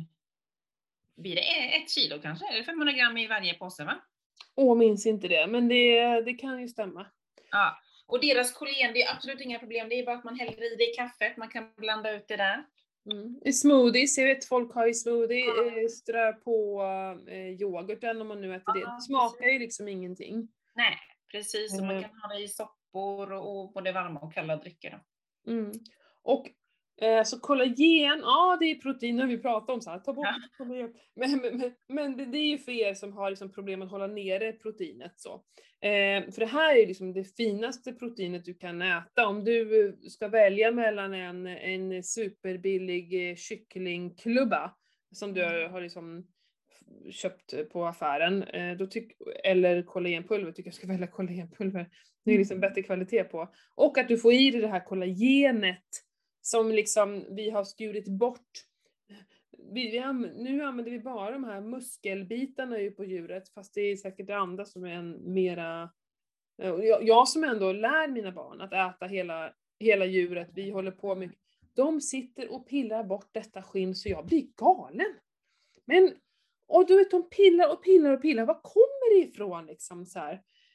Speaker 2: blir det ett kilo kanske, eller femhundra gram i varje påse va?
Speaker 1: Åh, minns inte det, men det, det kan ju stämma.
Speaker 2: Ja, och deras kollagen, det är absolut inga problem, det är bara att man häller i det i kaffet, man kan blanda ut det där.
Speaker 1: Mm. I smoothies, jag vet folk har i smoothie, ja. eh, strör på eh, yoghurten om man nu äter
Speaker 2: ja,
Speaker 1: det. Det smakar ju liksom ingenting.
Speaker 2: Nej, precis, och
Speaker 1: Mm.
Speaker 2: man kan ha det i soppor och både varma och kalla drycker då.
Speaker 1: Mm. Och eh, så kollagen, ja det är protein, har vi pratat om så här, ta bort
Speaker 2: Ja.
Speaker 1: kollagen. Men, men, men, men det, det är ju för er som har liksom problem att hålla nere proteinet så. Eh, för det här är liksom det finaste proteinet du kan äta. Om du ska välja mellan en, en superbillig eh, kycklingklubba som du har, har liksom köpt på affären, eh, då tyck, eller kollagenpulver, tycker jag ska välja kollagenpulver. Det är liksom bättre kvalitet på. Och att du får i dig det här kollagenet som liksom vi har skurit bort. Vi, vi anv- nu använder vi bara de här muskelbitarna ju på djuret, fast det är säkert det andra som är en mera... Jag, jag som ändå lär mina barn att äta hela, hela djuret, vi håller på med... De sitter och pillar bort detta skinn så jag blir galen. Men, och du vet, de pillar och pillar och pillar, var kommer det ifrån liksom så här?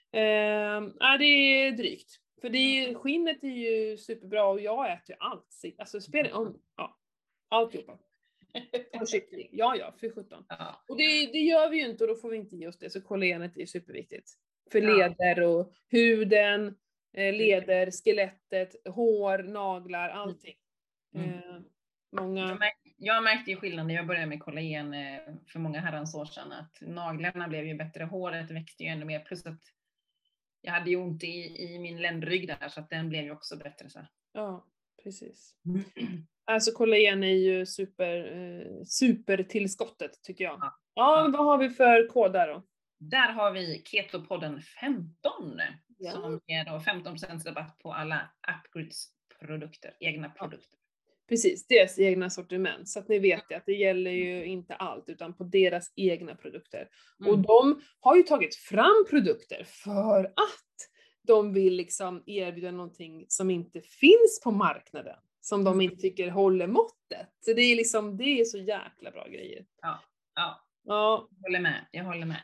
Speaker 1: Eh, ja, det är drygt. För det är, skinnet är ju superbra och jag äter ju allt. Alltså spela om, ja, alltihopa. Och kyckling, ja ja, för sjutton.
Speaker 2: Ja.
Speaker 1: Och det, det gör vi ju inte och då får vi inte just det, så kollagenet är superviktigt. För
Speaker 2: Ja.
Speaker 1: leder och huden, eh, leder, skelettet, hår, naglar, allting.
Speaker 2: Mm.
Speaker 1: Eh, många...
Speaker 2: Jag, märk, jag märkte ju skillnad när jag började med kollagen eh, för många herrans år sedan, att naglarna blev ju bättre, håret växte ju ännu mer, plus att jag hade ju ont i, i min ländrygg där, så att den blev ju också bättre. Så.
Speaker 1: Ja, precis. Alltså kollagen är ju super, eh, supertillskottet tycker jag.
Speaker 2: Ja.
Speaker 1: Ja,
Speaker 2: Ja.
Speaker 1: vad har vi för kod där då?
Speaker 2: Där har vi Ketopodden femton,
Speaker 1: Ja.
Speaker 2: som är då femton procent rabatt på alla Upgrids produkter, egna produkter.
Speaker 1: Precis, deras egna sortiment. Så att ni vet att det gäller ju inte allt utan på deras egna produkter.
Speaker 2: Mm.
Speaker 1: Och de har ju tagit fram produkter för att de vill liksom erbjuda någonting som inte finns på marknaden. Som de inte tycker håller måttet. Så det är liksom, det är så jäkla bra grejer.
Speaker 2: Ja, ja.
Speaker 1: Ja.
Speaker 2: Jag håller med, jag håller med.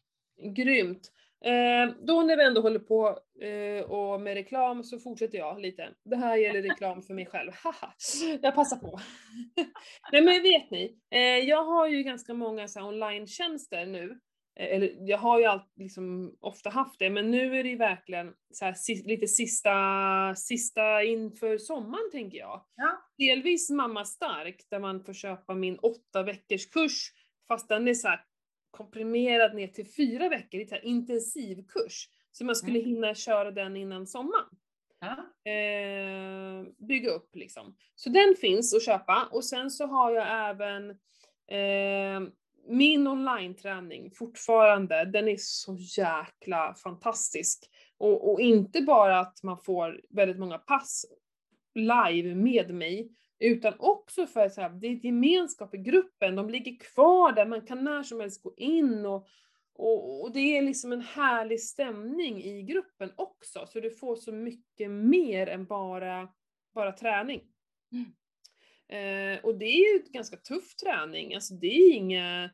Speaker 1: Grymt. Eh, då när vi ändå håller på eh, och med reklam så fortsätter jag lite. Det här gäller reklam för mig själv. Haha, jag passar på. Nej men vet ni, eh, jag har ju ganska många så här online-tjänster nu. Eh, eller jag har ju allt, liksom, ofta haft det, men nu är det ju verkligen så här, si- lite sista, sista inför sommaren tänker jag.
Speaker 2: Ja.
Speaker 1: Delvis Mamma Stark där man får köpa min åtta veckors kurs, fast den är så här komprimerad ner till fyra veckor i en intensivkurs. Så man skulle hinna köra den innan sommaren.
Speaker 2: Ja.
Speaker 1: Eh, bygga upp liksom. Så den finns att köpa, och sen så har jag även eh, min online-träning fortfarande, den är så jäkla fantastisk. Och, och inte bara att man får väldigt många pass live med mig, utan också för att så här, det är ett gemenskap i gruppen, de ligger kvar där, man kan när som helst gå in och, och, och det är liksom en härlig stämning i gruppen också, så du får så mycket mer än bara, bara träning.
Speaker 2: Mm.
Speaker 1: Eh, och det är ju ett ganska tuff träning, alltså det är inga,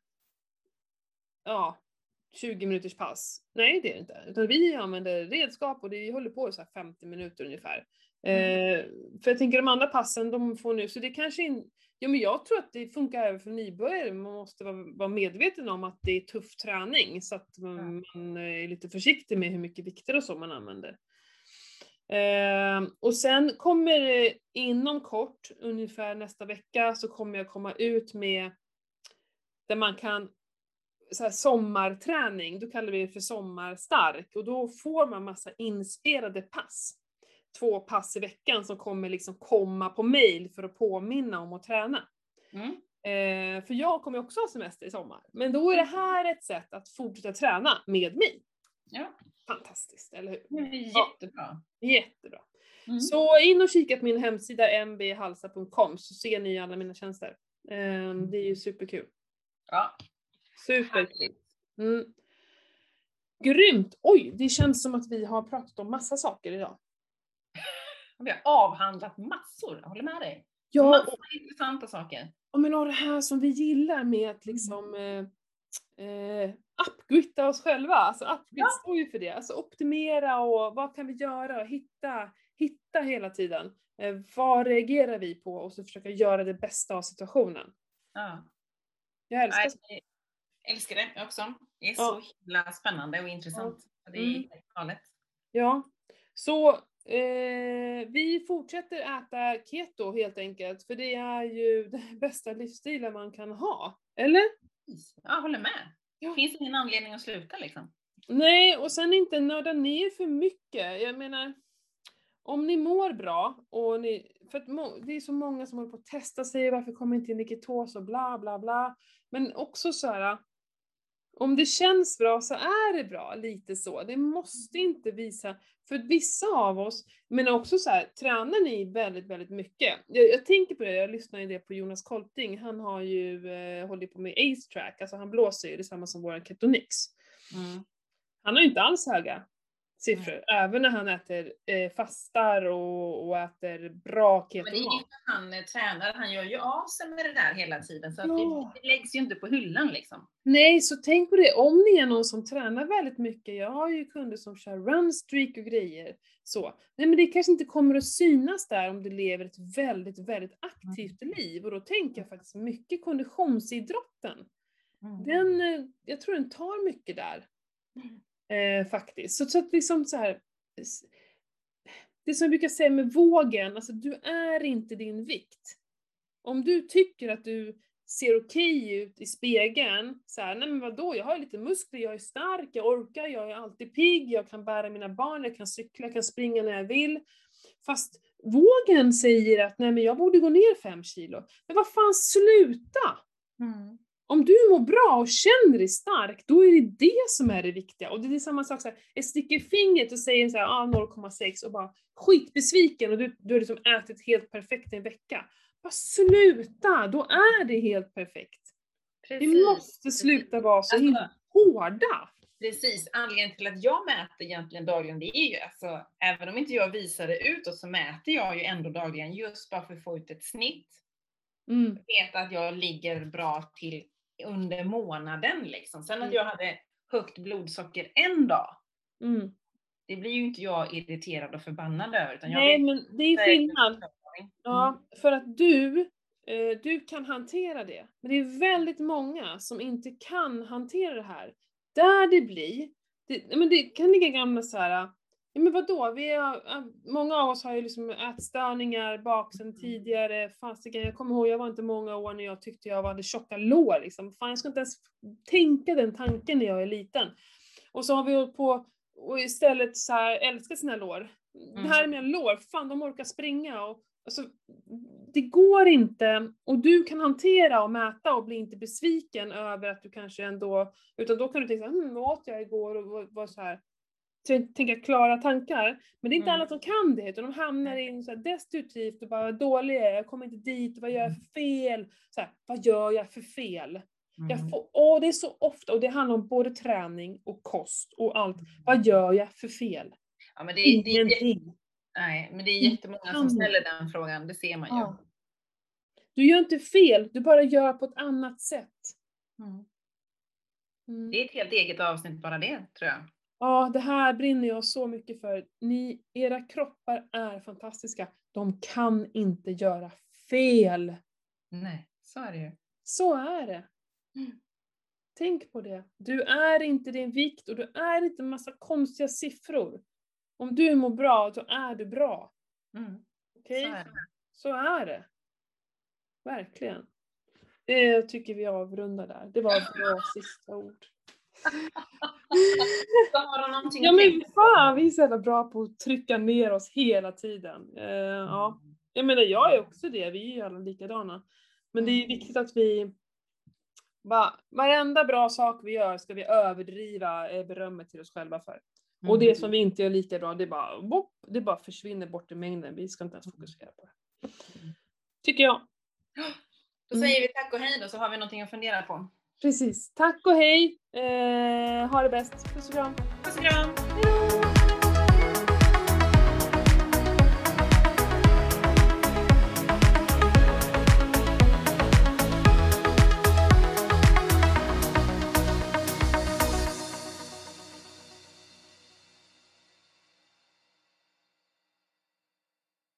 Speaker 1: ja, tjugo minuters pass. Nej, det är det inte. Utan vi använder redskap och det, vi håller på i så här femtio minuter ungefär.
Speaker 2: Mm.
Speaker 1: Eh, för jag tänker de andra passen, de får nu, så det kanske inte, ja men jag tror att det funkar även för nybörjare. Man måste vara, vara medveten om att det är tuff träning, så att man,
Speaker 2: Mm.
Speaker 1: man är lite försiktig med hur mycket vikter och så man använder. Eh, och sen kommer det inom kort, ungefär nästa vecka, så kommer jag komma ut med där man kan så här sommarträning, då kallar vi det för sommarstark, och då får man massa inspelade pass. Två pass i veckan som kommer liksom komma på mail för att påminna om att träna.
Speaker 2: Mm.
Speaker 1: Eh, för jag kommer också ha semester i sommar. Men då är det här ett sätt att fortsätta träna med mig.
Speaker 2: Ja.
Speaker 1: Fantastiskt, eller hur?
Speaker 2: Det är jättebra.
Speaker 1: Ja, jättebra.
Speaker 2: Mm.
Speaker 1: Så in och kika på min hemsida m b halsa punkt com så ser ni alla mina tjänster. Eh, det är ju superkul.
Speaker 2: Ja.
Speaker 1: Superkul. Mm. Grymt! Oj, det känns som att vi har pratat om massa saker idag.
Speaker 2: Vi har avhandlat massor, jag håller med dig.
Speaker 1: Ja,
Speaker 2: Massor intressanta saker.
Speaker 1: och men och det här som vi gillar med att liksom eh, eh, upgritta oss själva. Alltså upgrit
Speaker 2: Ja.
Speaker 1: står ju för det. Alltså optimera och vad kan vi göra och hitta, hitta hela tiden. Eh, vad reagerar vi på och så försöka göra det bästa av situationen.
Speaker 2: Ja.
Speaker 1: Jag älskar
Speaker 2: Nej, jag älskar det också. Det är
Speaker 1: Ja.
Speaker 2: så himla spännande och intressant. Det är
Speaker 1: Mm.
Speaker 2: helt galet.
Speaker 1: Ja, så eh, vi fortsätter äta keto helt enkelt, för det är ju den bästa livsstilen man kan ha, eller?
Speaker 2: Jag håller med.
Speaker 1: Ja.
Speaker 2: Det finns ingen anledning att sluta liksom.
Speaker 1: Nej, och sen inte nörda ner för mycket. Jag menar, om ni mår bra, och ni, för att må, det är så många som håller på att testa sig, varför kommer inte in i ketos och bla bla bla. Men också så här, om det känns bra så är det bra, lite så. Det måste inte visa, för vissa av oss, men också så här, tränar ni väldigt, väldigt mycket. Jag, jag tänker på det, jag lyssnar ju det på Jonas Kolting, han har ju eh, hållit på med Ace Track, alltså han blåser ju, det är samma som våran Ketonix.
Speaker 2: Mm.
Speaker 1: Han har ju inte alls höga siffror, mm. även när han äter eh, fastar och, och äter bra keto.
Speaker 2: Men det är ju för att han är tränare, han gör ju av sig med det där hela tiden, så att
Speaker 1: Ja.
Speaker 2: det, det läggs ju inte på hyllan liksom.
Speaker 1: Nej, så tänk på det, om ni är någon som tränar väldigt mycket, jag har ju kunder som kör runstreak och grejer, så. Nej, men det kanske inte kommer att synas där om du lever ett väldigt, väldigt aktivt mm. liv, och då tänker jag faktiskt mycket konditionsidrotten. Mm. Den, jag tror den tar mycket där. Mm. Eh, faktiskt. Så, så att liksom så här, det som jag brukar säga med vågen, alltså du är inte din vikt. Om du tycker att du ser okej ut i spegeln, så här, nej men vadå, jag har lite muskler, jag är stark, jag orkar, jag är alltid pigg, jag kan bära mina barn, jag kan cykla, jag kan springa när jag vill. Fast vågen säger att nej men jag borde gå ner fem kilo. Men vad fan, sluta! Mm. Om du mår bra och känner dig stark, då är det det som är det viktiga. Och det är samma sak så här, jag sticker fingret och säger så här, ah, noll komma sex och bara skitbesviken och du, du har liksom ätit helt perfekt en vecka. Bara sluta, då är det helt perfekt. Precis. Vi måste sluta vara så himla alltså, hårda.
Speaker 2: Precis, anledningen till att jag mäter egentligen dagligen, det är ju alltså, även om inte jag visar det utåt så mäter jag ju ändå dagligen just bara för att få ut ett snitt. Mm. Jag vet att jag ligger bra till under månaden liksom. Sen mm. att jag hade högt blodsocker en dag. Mm. Det blir ju inte jag irriterad och förbannad över. Utan
Speaker 1: Nej,
Speaker 2: jag vet,
Speaker 1: men det är skillnad. Mm. Ja, för att du, eh, du kan hantera det. Men det är väldigt många som inte kan hantera det här. Där det blir, det, men det kan ligga gamla så här. Ja, men vadå? Vi har, många av oss har ju liksom ätstörningar bak sen tidigare. Fasiken, jag kommer ihåg, jag var inte många år när jag tyckte jag hade tjocka lår. Liksom. Fan, jag ska inte ens tänka den tanken när jag är liten. Och så har vi hållit på och istället så här älska sina lår. det här är mina lår, fan de orkar springa. Och, alltså, det går inte, och du kan hantera och mäta och bli inte besviken över att du kanske ändå, utan då kan du tänka, hm, vad åt jag igår och var, var så här. Tänka klara tankar, men det är inte
Speaker 2: Mm.
Speaker 1: alla som kan det, utan de hamnar i en så här destruktivt och bara dåliga, jag kommer inte dit, vad gör jag för fel? Så här, vad gör jag för fel?
Speaker 2: Mm.
Speaker 1: Jag får, åh, det är så ofta, och det handlar om både träning och kost och allt. Vad gör jag för fel?
Speaker 2: Ja, men det, är- det, är-
Speaker 1: Ingenting.
Speaker 2: nej, men det är jättemånga som ställer den frågan, det ser man ju.
Speaker 1: Ja. Du gör inte fel, du bara gör på ett annat sätt.
Speaker 2: Mm.
Speaker 1: Mm.
Speaker 2: Det är ett helt eget avsnitt bara det, tror jag.
Speaker 1: Ja, det här brinner jag så mycket för. Ni, era kroppar är fantastiska. De kan inte göra fel.
Speaker 2: Nej, så är det ju.
Speaker 1: Så är det.
Speaker 2: Mm.
Speaker 1: Tänk på det. Du är inte din vikt och du är inte en massa konstiga siffror. Om du mår bra, då är du bra.
Speaker 2: Mm.
Speaker 1: Okej?
Speaker 2: Så är det.
Speaker 1: Så är det. Verkligen. Det tycker vi avrundar där. Det var ett bra sista ord.
Speaker 2: Så har du någonting
Speaker 1: Ja
Speaker 2: att
Speaker 1: men
Speaker 2: tänka på?
Speaker 1: fan, vi är så jävla bra på att trycka ner oss hela tiden. Uh, ja. Jag menar, jag är också det. Vi är ju alla likadana. Men det är ju viktigt att vi... Va, varenda bra sak vi gör ska vi överdriva eh, berömmet till oss själva för.
Speaker 2: Mm.
Speaker 1: Och det som vi inte gör lika bra, det bara, whoop, det bara försvinner bort i mängden. Vi ska inte ens fokusera på det. Tycker jag.
Speaker 2: Då säger vi tack och hej då, så har vi någonting att fundera på.
Speaker 1: Precis. Tack och hej. Eh, ha det bäst. Puss och kram.
Speaker 2: Puss och kram.
Speaker 1: Hej då.